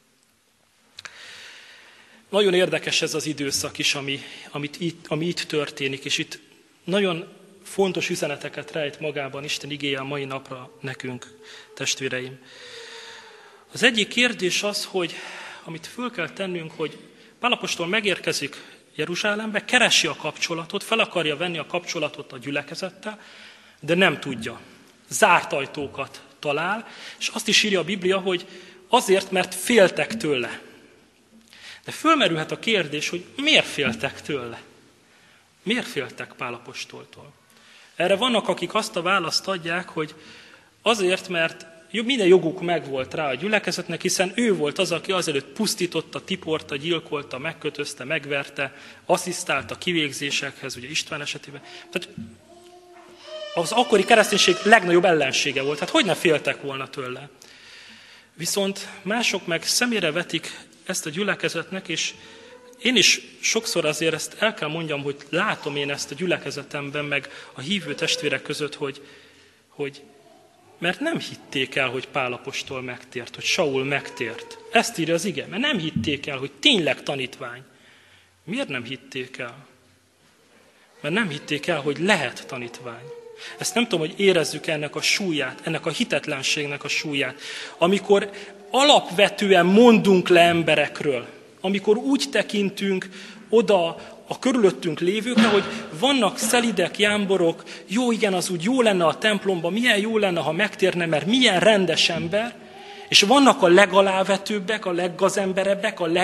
Nagyon érdekes ez az időszak is, ami itt történik, és itt nagyon fontos üzeneteket rejt magában Isten igéje a mai napra nekünk, testvéreim. Az egyik kérdés az, hogy amit föl kell tennünk, hogy Pál apostol megérkezik Jeruzsálembe, keresi a kapcsolatot, fel akarja venni a kapcsolatot a gyülekezettel, de nem tudja. Zárt ajtókat talál, és azt is írja a Biblia, hogy azért, mert féltek tőle. De fölmerülhet a kérdés, hogy miért féltek tőle? Miért féltek Pál apostoltól? Erre vannak, akik azt a választ adják, hogy azért, mert minden joguk megvolt rá a gyülekezetnek, hiszen ő volt az, aki azelőtt pusztította, tiporta, gyilkolta, megkötözte, megverte, asszisztált a kivégzésekhez, ugye István esetében. Tehát az akkori kereszténység legnagyobb ellensége volt, hát hogy ne féltek volna tőle? Viszont mások meg szemére vetik ezt a gyülekezetnek, és én is sokszor azért ezt el kell mondjam, hogy látom én ezt a gyülekezetemben, meg a hívő testvérek között, hogy mert nem hitték el, hogy Pál apostol megtért, hogy Saul megtért. Ezt írja az ige, mert nem hitték el, hogy tényleg tanítvány. Miért nem hitték el? Mert nem hitték el, hogy lehet tanítvány. Ezt nem tudom, hogy érezzük ennek a súlyát, ennek a hitetlenségnek a súlyát. Amikor alapvetően mondunk le emberekről, amikor úgy tekintünk oda a körülöttünk lévőkre, hogy vannak szelidek, jámborok, jó, igen, az úgy jó lenne a templomban, milyen jó lenne, ha megtérne, mert milyen rendes ember, és vannak a legalávetőbbek, a leggazemberebbek, a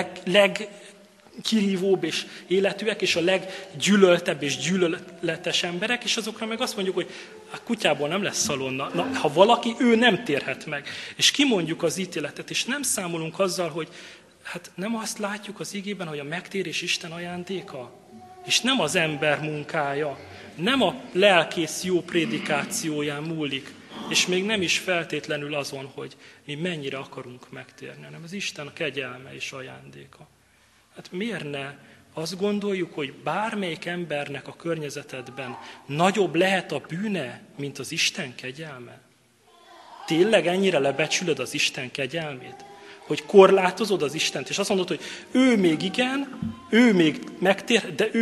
legkirívóbb és életűek, és a leggyűlöltebb és gyűlöletes emberek, és azokra meg azt mondjuk, hogy a kutyából nem lesz szalonna. Na, ha valaki, ő nem térhet meg. És kimondjuk az ítéletet, és nem számolunk azzal, hogy hát nem azt látjuk az igében, hogy a megtérés Isten ajándéka, és nem az ember munkája, nem a lelkész jó prédikációján múlik, és még nem is feltétlenül azon, hogy mi mennyire akarunk megtérni, hanem az Isten kegyelme és ajándéka. Hát miért ne azt gondoljuk, hogy bármelyik embernek a környezetedben nagyobb lehet a bűne, mint az Isten kegyelme? Tényleg ennyire lebecsülöd az Isten kegyelmét? Hogy korlátozod az Istent, és azt mondod, hogy ő még igen, ő még megtér, de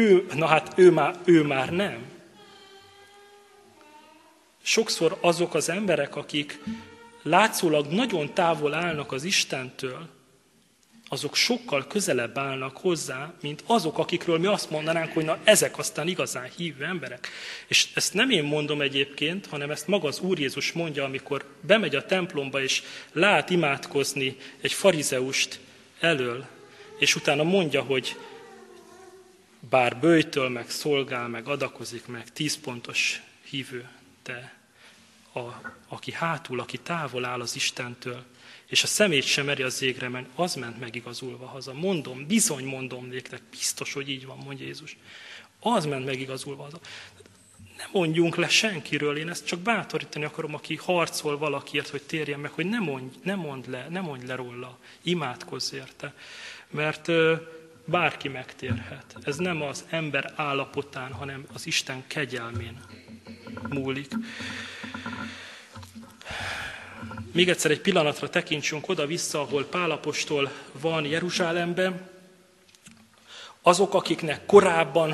ő már nem. Sokszor azok az emberek, akik látszólag nagyon távol állnak az Istentől, azok sokkal közelebb állnak hozzá, mint azok, akikről mi azt mondanánk, hogy na ezek aztán igazán hívő emberek. És ezt nem én mondom egyébként, hanem ezt maga az Úr Jézus mondja, amikor bemegy a templomba, és lát imádkozni egy farizeust elől, és utána mondja, hogy bár böjtöl, meg szolgál, meg adakozik, meg 10 pontos hívő, de aki hátul, aki távol áll az Istentől, és a szemét sem meri az égre menni, az ment megigazulva haza. Mondom, bizony mondom néktek, biztos, hogy így van, mondja Jézus. Az ment megigazulva haza. Ne mondjunk le senkiről, én ezt csak bátorítani akarom, aki harcol valakiért, hogy térjen meg, hogy ne mondd le róla, imádkozz érte. Mert bárki megtérhet. Ez nem az ember állapotán, hanem az Isten kegyelmén múlik. Még egyszer egy pillanatra tekintsünk oda-vissza, ahol Pál apostol van Jeruzsálemben. Azok, akiknek korábban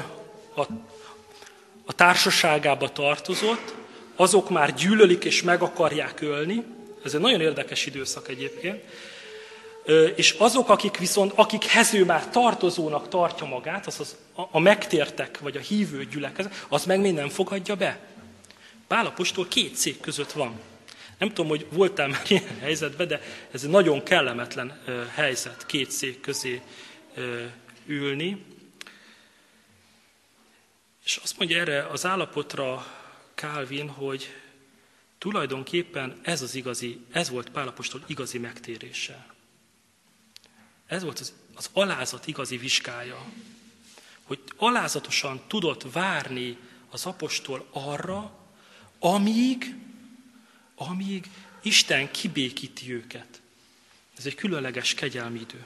a társaságába tartozott, azok már gyűlölik és meg akarják ölni. Ez egy nagyon érdekes időszak egyébként. És azok, akikhez ő már tartozónak tartja magát, azaz a megtértek, vagy a hívő gyülekezet, az meg még nem fogadja be. Pál apostol 2 szék között van. Nem tudom, hogy voltál már ilyen helyzetben, de ez egy nagyon kellemetlen helyzet 2 szék közé ülni. És azt mondja erre az állapotra Calvin, hogy tulajdonképpen ez volt Pál apostol igazi megtérése. Ez volt az alázat igazi vizsgája. Hogy alázatosan tudott várni az apostol arra, amíg Isten kibékíti őket. Ez egy különleges kegyelmi idő.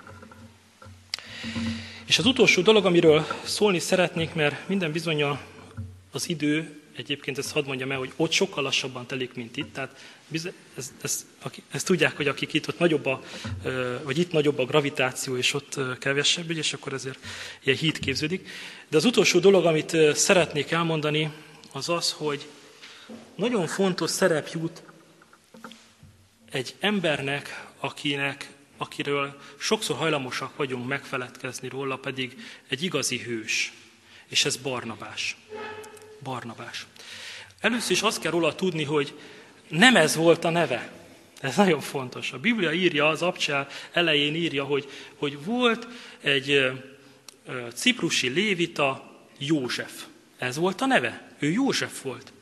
És az utolsó dolog, amiről szólni szeretnék, mert minden bizonnyal az idő, egyébként ezt hadd mondjam el, hogy ott sokkal lassabban telik, mint itt. Tehát ezt tudják, hogy akik itt, ott nagyobb vagy itt nagyobb a gravitáció, és ott kevesebb, és akkor ezért ilyen híd képződik. De az utolsó dolog, amit szeretnék elmondani, az az, hogy nagyon fontos szerep jut egy embernek, akiről sokszor hajlamosak vagyunk megfeledkezni róla, pedig egy igazi hős. És ez Barnabás. Barnabás. Először is azt kell róla tudni, hogy nem ez volt a neve. Ez nagyon fontos. A Biblia írja, az Abcsel elején írja, hogy volt egy ciprusi lévita, József. Ez volt a neve. Ő József volt.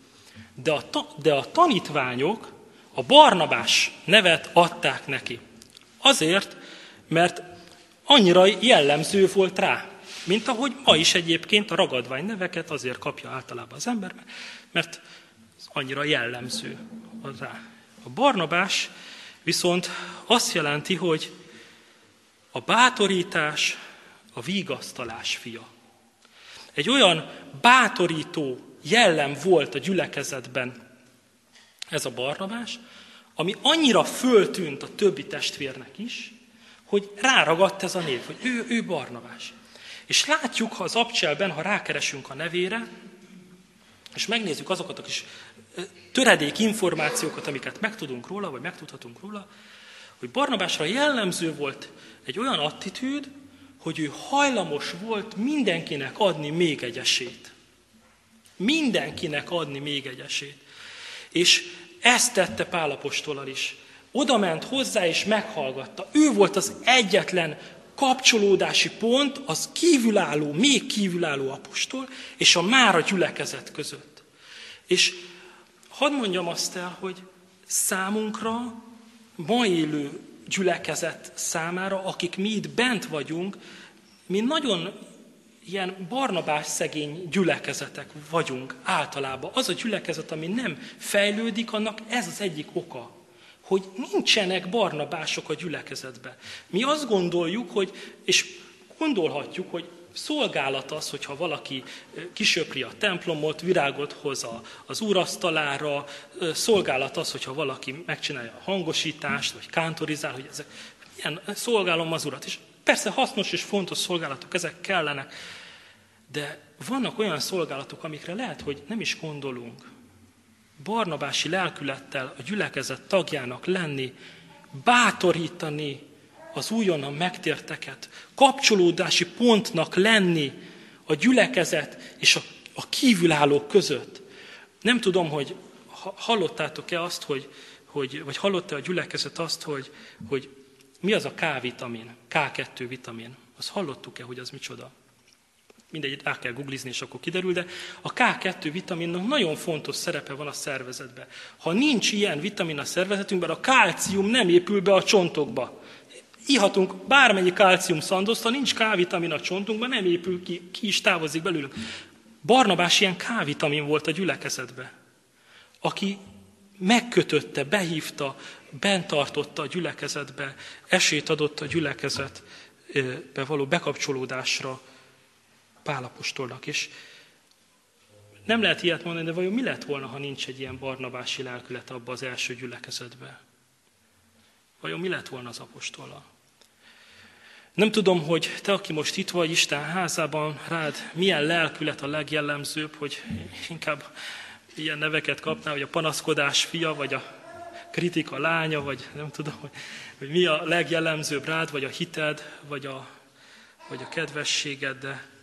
De a tanítványok a Barnabás nevet adták neki. Azért, mert annyira jellemző volt rá, mint ahogy ma is egyébként a ragadvány neveket azért kapja általában az ember, mert annyira jellemző rá. A Barnabás viszont azt jelenti, hogy a bátorítás, a vigasztalás fia. Egy olyan bátorító jellem volt a gyülekezetben ez a Barnabás, ami annyira föltűnt a többi testvérnek is, hogy ráragadt ez a név, hogy ő Barnabás. És látjuk az Abcselben, ha rákeresünk a nevére, és megnézzük azokat a kis töredék információkat, amiket megtudunk róla, vagy megtudhatunk róla, hogy Barnabásra jellemző volt egy olyan attitűd, hogy ő hajlamos volt mindenkinek adni még egy esélyt. Mindenkinek adni még egy esélyt. És ezt tette Pál apostollal is. Oda ment hozzá és meghallgatta. Ő volt az egyetlen kapcsolódási pont, az kívülálló, még kívülálló apostol, és a mára gyülekezet között. És hadd mondjam azt el, hogy számunkra, ma élő gyülekezet számára, akik mi itt bent vagyunk, mi nagyon ilyen Barnabás szegény gyülekezetek vagyunk általában. Az a gyülekezet, ami nem fejlődik, annak ez az egyik oka, hogy nincsenek Barnabások a gyülekezetben. Mi azt gondoljuk, és gondolhatjuk, hogy szolgálat az, hogyha valaki kisöpri a templomot, virágot hoz az úrasztalára, szolgálat az, hogyha valaki megcsinálja a hangosítást, vagy kántorizál, hogy ezek ilyen szolgálom az urat. És persze hasznos és fontos szolgálatok, ezek kellenek, de vannak olyan szolgálatok, amikre lehet, hogy nem is gondolunk. Barnabási lelkülettel a gyülekezet tagjának lenni, bátorítani az újonnan megtérteket, kapcsolódási pontnak lenni a gyülekezet és a kívülállók között. Nem tudom, hogy hallottátok-e azt, vagy hallotta a gyülekezet azt, hogy mi az a K-vitamin, K2 vitamin. Azt hallottuk-e, hogy az micsoda? Mindegy, rá kell googlizni, és akkor kiderül, de a K2 vitaminnak nagyon fontos szerepe van a szervezetben. Ha nincs ilyen vitamin a szervezetünkben, a kálcium nem épül be a csontokba. Ihatunk bármennyi kálcium szandoszt, ha nincs K-vitamin a csontunkban, nem épül ki is távozik belőlünk. Barnabás ilyen K-vitamin volt a gyülekezetben, aki megkötötte, behívta, bent tartotta a gyülekezetbe, esélyt adott a gyülekezetbe való bekapcsolódásra Pál apostolnak. És nem lehet ilyet mondani, de vajon mi lett volna, ha nincs egy ilyen barnabási lelkület abba az első gyülekezetbe? Vajon mi lett volna az apostollal? Nem tudom, hogy te, aki most itt vagy Isten házában, rád milyen lelkület a legjellemzőbb, hogy inkább ilyen neveket kapnál, hogy a panaszkodás fia, vagy a kritika lánya, vagy nem tudom, hogy mi a legjellemzőbb rád, vagy a hited, vagy a kedvességed,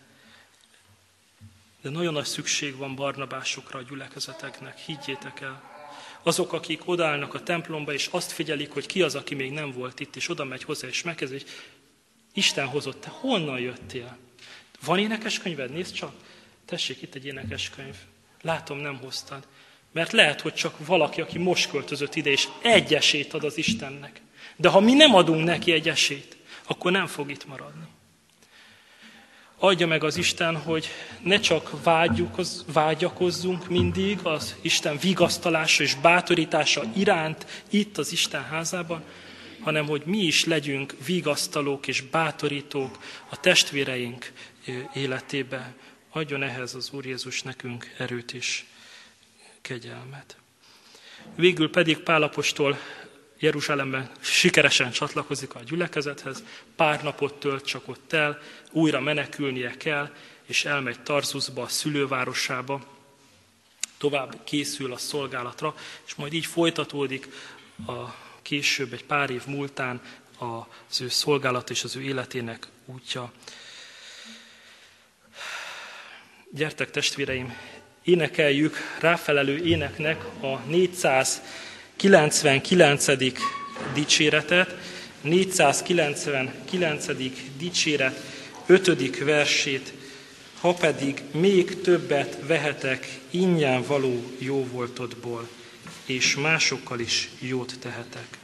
de nagyon nagy szükség van Barnabásokra a gyülekezeteknek, higgyétek el. Azok, akik odaállnak a templomba, és azt figyelik, hogy ki az, aki még nem volt itt, és oda megy hozzá, és megkezd, hogy Isten hozott, te honnan jöttél? Van énekeskönyved? Nézd csak. Tessék, itt egy énekeskönyv. Látom, nem hoztad. Mert lehet, hogy csak valaki, aki most költözött ide, és egy esélyt ad az Istennek. De ha mi nem adunk neki egy esélyt, akkor nem fog itt maradni. Adja meg az Isten, hogy ne csak vágyakozzunk mindig az Isten vigasztalása és bátorítása iránt itt az Isten házában, hanem hogy mi is legyünk vigasztalók és bátorítók a testvéreink életébe. Adjon ehhez az Úr Jézus nekünk erőt és kegyelmet. Végül pedig Pál apostol Jeruzsálemben sikeresen csatlakozik a gyülekezethez, pár napot tölt csak ott el, újra menekülnie kell, és elmegy Tarzuszba, a szülővárosába, tovább készül a szolgálatra, és majd így folytatódik később egy pár év múltán az ő szolgálat és az ő életének útja. Gyertek testvéreim, énekeljük ráfelelő éneknek a 499. dicséretet, 499. dicséret 5. versét, ha pedig még többet vehetek ingyen való jóvoltodból, és másokkal is jót tehetek.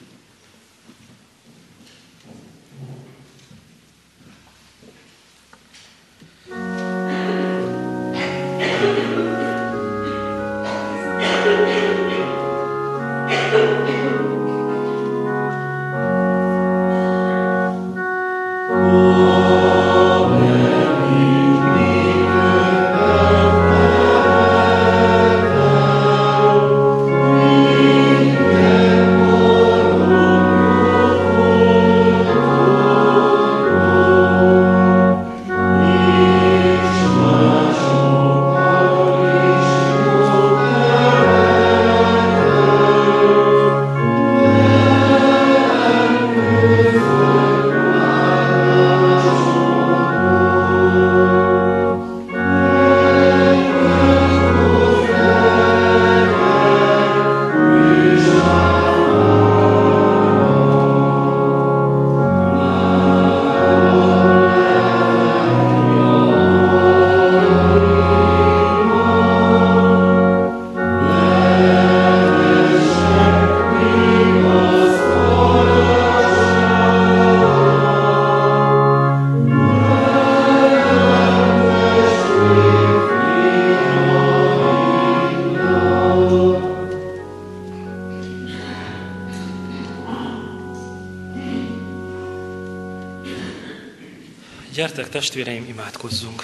Gyertek testvéreim, imádkozzunk!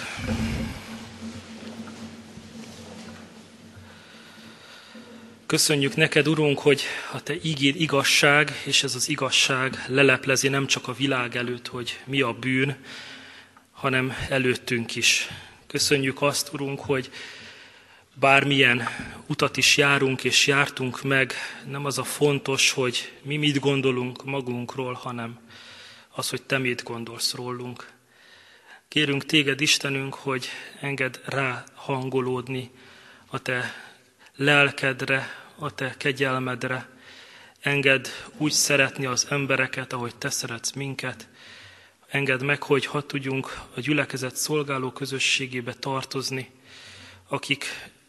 Köszönjük neked, Urunk, hogy a te ígéd igazság, és ez az igazság leleplezi nem csak a világ előtt, hogy mi a bűn, hanem előttünk is. Köszönjük azt, Urunk, hogy bármilyen utat is járunk és jártunk meg, nem az a fontos, hogy mi mit gondolunk magunkról, hanem az, hogy te mit gondolsz rólunk. Kérünk téged, Istenünk, hogy engedd rá hangolódni a te lelkedre, a te kegyelmedre. Engedd úgy szeretni az embereket, ahogy te szeretsz minket. Engedd meg, hogy ha tudjunk a gyülekezet szolgáló közösségébe tartozni, akik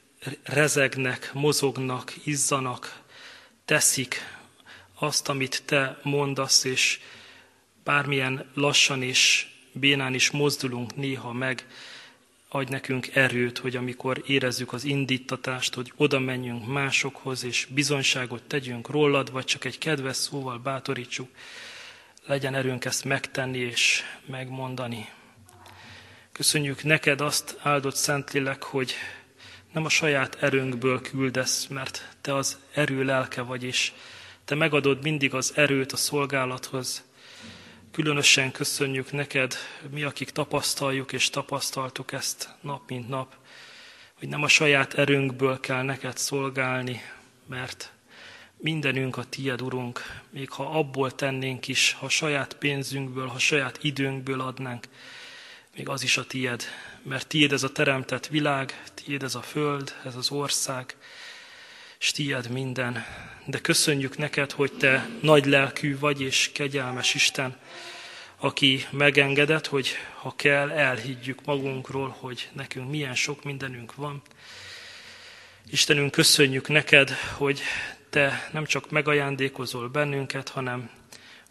rezegnek, mozognak, izzanak, teszik azt, amit te mondasz, és bármilyen lassan és bénán is mozdulunk néha meg, adj nekünk erőt, hogy amikor érezzük az indítatást, hogy oda menjünk másokhoz, és bizonyságot tegyünk rólad, vagy csak egy kedves szóval bátorítsuk, legyen erőnk ezt megtenni és megmondani. Köszönjük neked azt, áldott Szentlélek, hogy nem a saját erőnkből küldesz, mert te az erő lelke vagy, és te megadod mindig az erőt a szolgálathoz. Különösen köszönjük neked, mi, akik tapasztaljuk és tapasztaltuk ezt nap mint nap, hogy nem a saját erőnkből kell neked szolgálni, mert mindenünk a tied, Urunk, még ha abból tennénk is, ha saját pénzünkből, ha saját időnkből adnánk, még az is a tied, mert tied ez a teremtett világ, tied ez a föld, ez az ország, és tied minden. De köszönjük neked, hogy te nagy lelkű vagy és kegyelmes Isten, aki megengedett, hogy ha kell, elhiggyük magunkról, hogy nekünk milyen sok mindenünk van. Istenünk, köszönjük neked, hogy te nem csak megajándékozol bennünket, hanem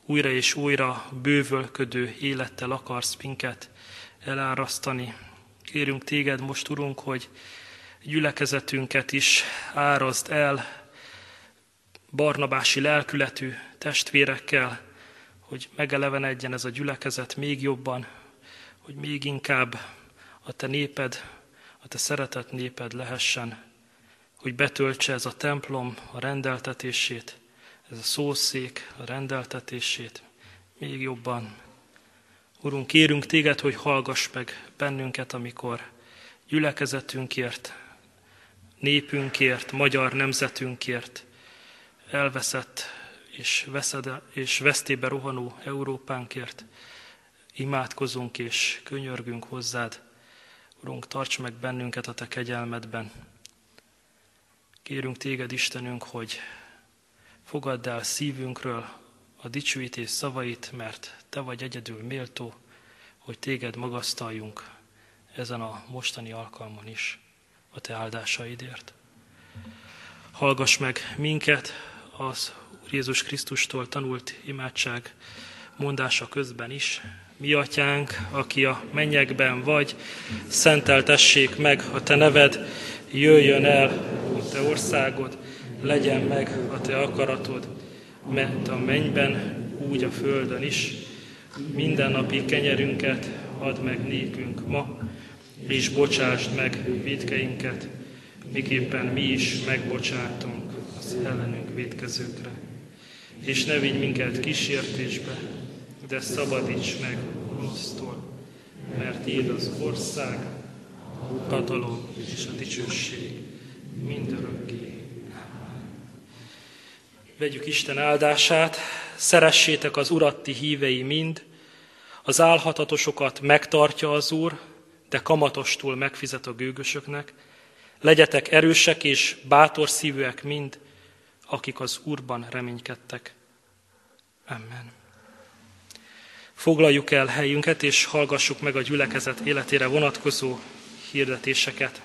újra és újra bővölködő élettel akarsz minket elárasztani. Kérünk téged most, Urunk, hogy gyülekezetünket is árazd el barnabási lelkületű testvérekkel, hogy megelevenedjen ez a gyülekezet még jobban, hogy még inkább a te néped, a te szeretett néped lehessen, hogy betöltse ez a templom a rendeltetését, ez a szószék a rendeltetését még jobban. Urunk, kérünk téged, hogy hallgass meg bennünket, amikor gyülekezetünkért, népünkért, magyar nemzetünkért, elveszett és vesztébe rohanó Európánkért imádkozunk és könyörgünk hozzád. Urunk, tarts meg bennünket a te kegyelmedben. Kérünk téged, Istenünk, hogy fogadd el szívünkről a dicsőítés szavait, mert te vagy egyedül méltó, hogy téged magasztaljunk ezen a mostani alkalmon is a te áldásaidért. Hallgass meg minket az Úr Jézus Krisztustól tanult imádság mondása közben is. Mi atyánk, aki a mennyekben vagy, szenteltessék meg a te neved, jöjjön el a te országod, legyen meg a te akaratod, mert a mennyben, úgy a földön is. Mindennapi kenyerünket add meg nékünk ma, és bocsásd meg vétkeinket, miképpen mi is megbocsátunk az ellenünk vétkezőkre. És ne vigy minket kísértésbe, de szabadíts meg gonosztól, mert tiéd az ország, a hatalom és a dicsőség mindörökké. Vegyük Isten áldását, szeressétek az Urat ti hívei mind, az álhatatosokat megtartja az Úr, de kamatostul megfizet a gőgösöknek. Legyetek erősek és bátor szívűek mind, akik az Úrban reménykedtek. Amen. Foglaljuk el helyünket, és hallgassuk meg a gyülekezet életére vonatkozó hirdetéseket.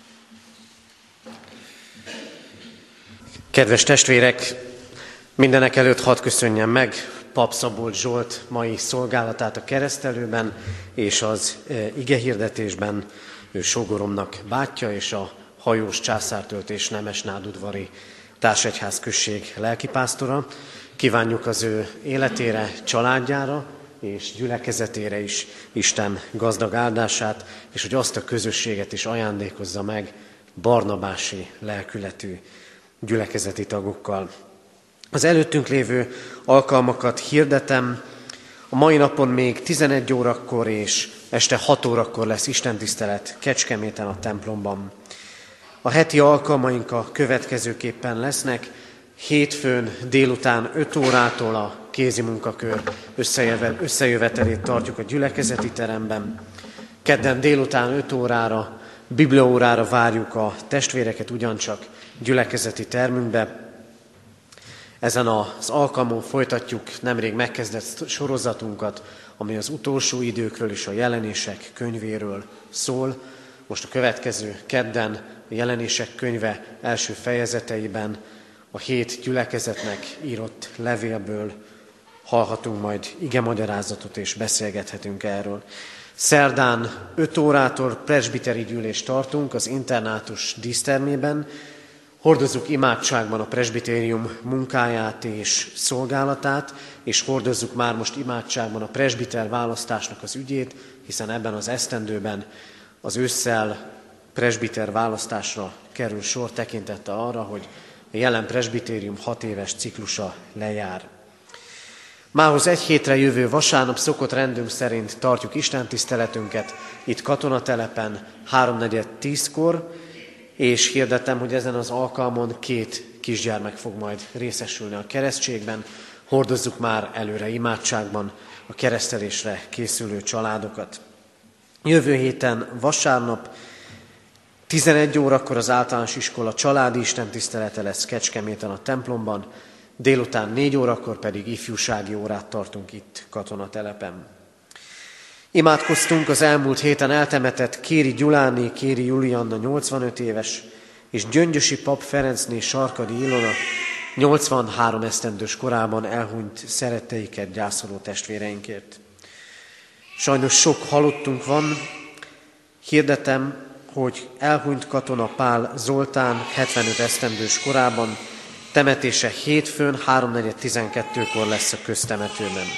Kedves testvérek, mindenek előtt hadd köszönjem meg Pap Szabolcs Zsolt mai szolgálatát a keresztelőben és az igehirdetésben. Ő sógoromnak bátyja és a Hajós Császártöltés Nemesnádudvari Társegyház község lelkipásztora. Kívánjuk az ő életére, családjára és gyülekezetére is Isten gazdag áldását, és hogy azt a közösséget is ajándékozza meg barnabási lelkületű gyülekezeti tagokkal. Az előttünk lévő alkalmakat hirdetem. A mai napon még 11 órakor és este 6 órakor lesz istentisztelet Kecskeméten a templomban. A heti alkalmaink a következőképpen lesznek. Hétfőn délután 5 órától a kézi munkakör összejövetelét tartjuk a gyülekezeti teremben. Kedden délután 5 órára, bibliaórára várjuk a testvéreket ugyancsak gyülekezeti termünkbe. Ezen az alkalmon folytatjuk nemrég megkezdett sorozatunkat, ami az utolsó időkről és a jelenések könyvéről szól. Most a következő kedden a jelenések könyve első fejezeteiben a 7 gyülekezetnek írott levélből hallhatunk majd igemagyarázatot és beszélgethetünk erről. Szerdán 5 órától presbiteri gyűlést tartunk az internátus dísztermében. Hordozzuk imádságban a presbitérium munkáját és szolgálatát, és hordozzuk már most imádságban a presbiter választásnak az ügyét, hiszen ebben az esztendőben az ősszel presbiter választásra kerül sor tekintettel arra, hogy a jelen presbitérium 6 éves ciklusa lejár. Mához egy hétre jövő vasárnap szokott rendünk szerint tartjuk istentiszteletünket itt Katonatelepen 3:4-10-kor, és hirdetem, hogy ezen az alkalmon 2 kisgyermek fog majd részesülni a keresztségben. Hordozzuk már előre imádságban a keresztelésre készülő családokat. Jövő héten vasárnap 11 órakor az általános iskola családi istentisztelete lesz Kecskeméten a templomban, délután 4 órakor pedig ifjúsági órát tartunk itt Katonatelepen. Imádkoztunk az elmúlt héten eltemetett Kéri Gyuláné, Kéri Julianna 85 éves, és Gyöngyösi Pap Ferencné Sarkadi Ilona 83 esztendős korában elhunyt szeretteiket gyászoló testvéreinkért. Sajnos sok halottunk van. Hirdetem, hogy elhunyt katona Pál Zoltán 75 esztendős korában, temetése hétfőn 3:12-kor lesz a köztemetőben.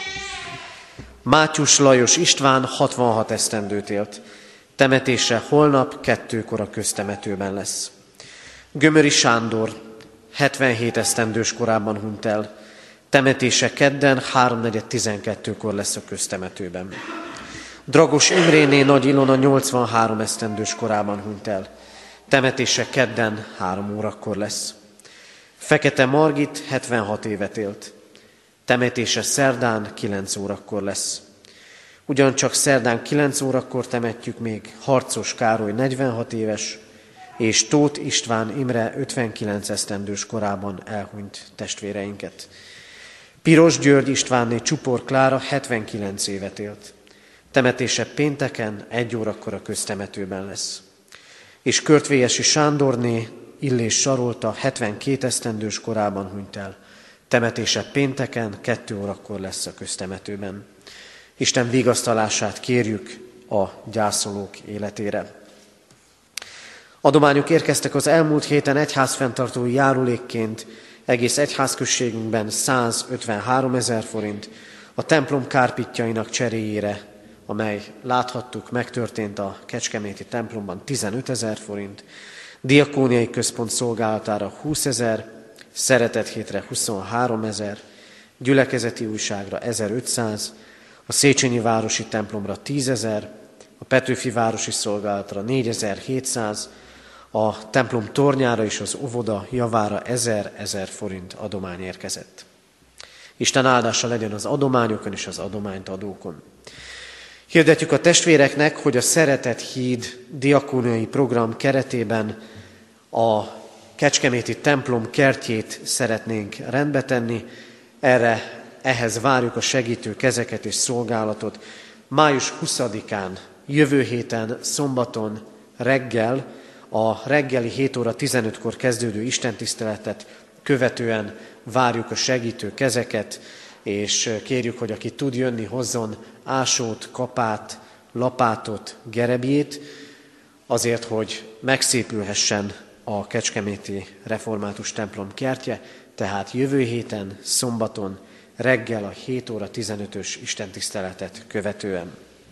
Mátyus Lajos István 66 esztendőt élt, temetése holnap 2-kor a köztemetőben lesz. Gömöri Sándor 77 esztendős korában hunyt el, temetése kedden 3:12-kor lesz a köztemetőben. Dragos Imréné Nagy Ilona 83 esztendős korában hunyt el, temetése kedden 3 órakor lesz. Fekete Margit 76 évet élt, temetése szerdán 9 órakor lesz. Ugyancsak szerdán 9 órakor temetjük még Harcos Károly 46 éves, és Tóth István Imre 59 esztendős korában elhunyt testvéreinket. Piros György Istvánné Csupor Klára 79 évet élt, temetése pénteken 1 órakor a köztemetőben lesz. És Körtvélyesi Sándorné Illés Sarolta 72 esztendős korában hunyt el, temetése pénteken 2 órakor lesz a köztemetőben. Isten vigasztalását kérjük a gyászolók életére. Adományok érkeztek az elmúlt héten egyházfenntartói járulékként egész egyházközségünkben 153 000 forint, a templom kárpitjainak cseréjére, amely láthattuk, megtörtént a kecskeméti templomban 15 000 forint, diakóniai központ szolgálatára 20 000, szeretethétre 23 000, gyülekezeti újságra 1500, a Széchenyi városi templomra 10 000, a Petőfi városi szolgálatra 4700, a templom tornyára és az óvoda javára 1000 forint adomány érkezett. Isten áldása legyen az adományokon és az adományt adókon. Hirdetjük a testvéreknek, hogy a Szeretet Híd diakóniai program keretében a kecskeméti templom kertjét szeretnénk rendbe tenni. Ehhez várjuk a segítő kezeket és szolgálatot. Május 20-án, jövő héten, szombaton reggel, a reggeli 7 óra 15-kor kezdődő istentiszteletet követően várjuk a segítő kezeket, és kérjük, hogy aki tud jönni, hozzon ásót, kapát, lapátot, gerebjét, azért, hogy megszépülhessen a kecskeméti református templom kertje, tehát jövő héten, szombaton, reggel a 7 óra 15-ös istentiszteletet követően.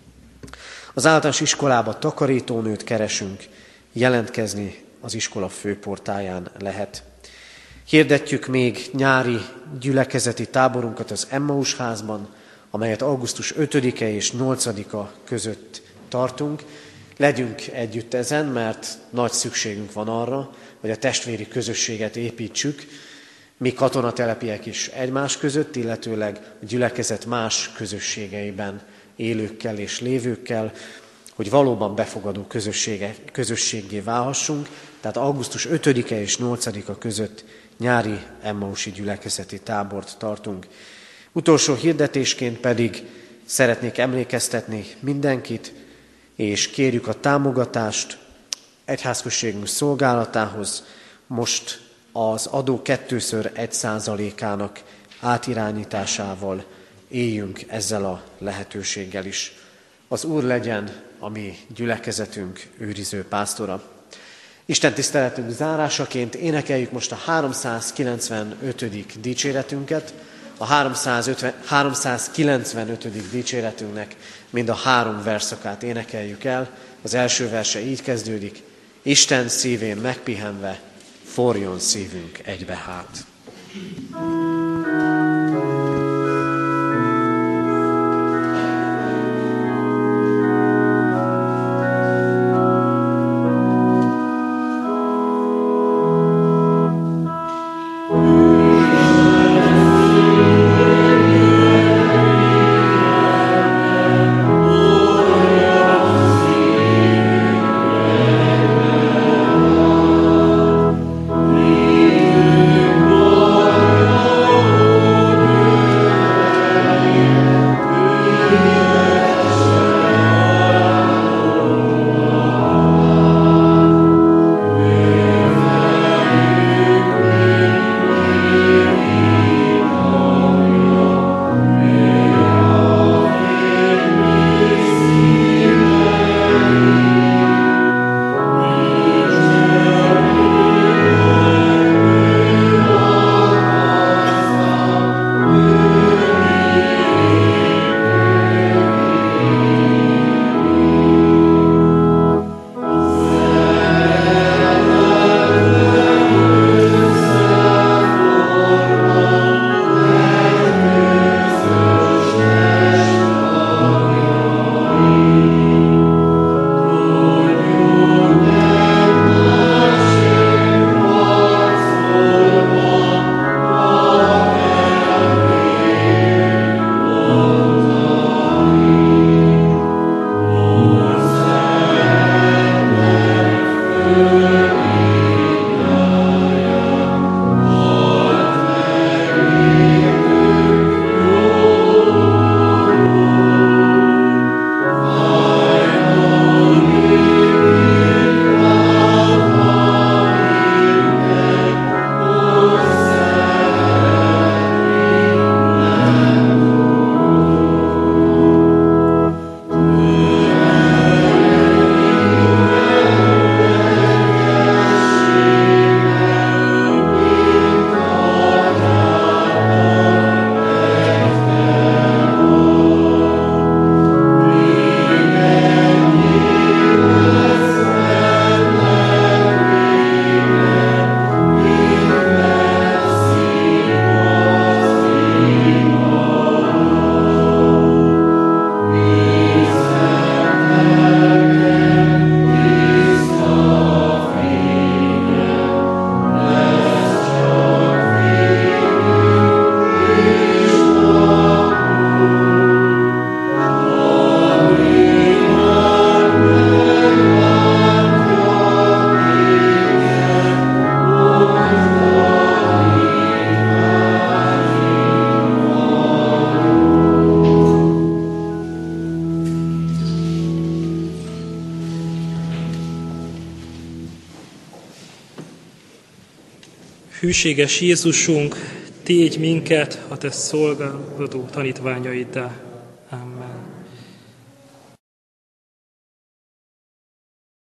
Az általános iskolába takarítónőt keresünk, jelentkezni az iskola főportáján lehet. Hirdetjük még nyári gyülekezeti táborunkat az Emmaus házban, amelyet augusztus 5-e és 8-a között tartunk. Legyünk együtt ezen, mert nagy szükségünk van arra, hogy a testvéri közösséget építsük, mi katonatelepiek is egymás között, illetőleg a gyülekezet más közösségeiben élőkkel és lévőkkel, hogy valóban befogadó közösséggé válhassunk. Tehát augusztus 5-e és 8-a között nyári emmausi gyülekezeti tábort tartunk. Utolsó hirdetésként pedig szeretnék emlékeztetni mindenkit, és kérjük a támogatást egyházközségünk szolgálatához. Most az adó 2x1%-ának átirányításával éljünk ezzel a lehetőséggel is. Az Úr legyen a mi gyülekezetünk őriző pásztora. Isten tiszteletünk zárásaként énekeljük most a 395. dicséretünket. A 395. dicséretünknek mind a 3 verszakát énekeljük el. Az első verse így kezdődik: Isten szívén megpihenve, forjon szívünk egybe hát. Oh Hűséges Jézusunk, tégy minket a te szolgáltató tanítványaiddá.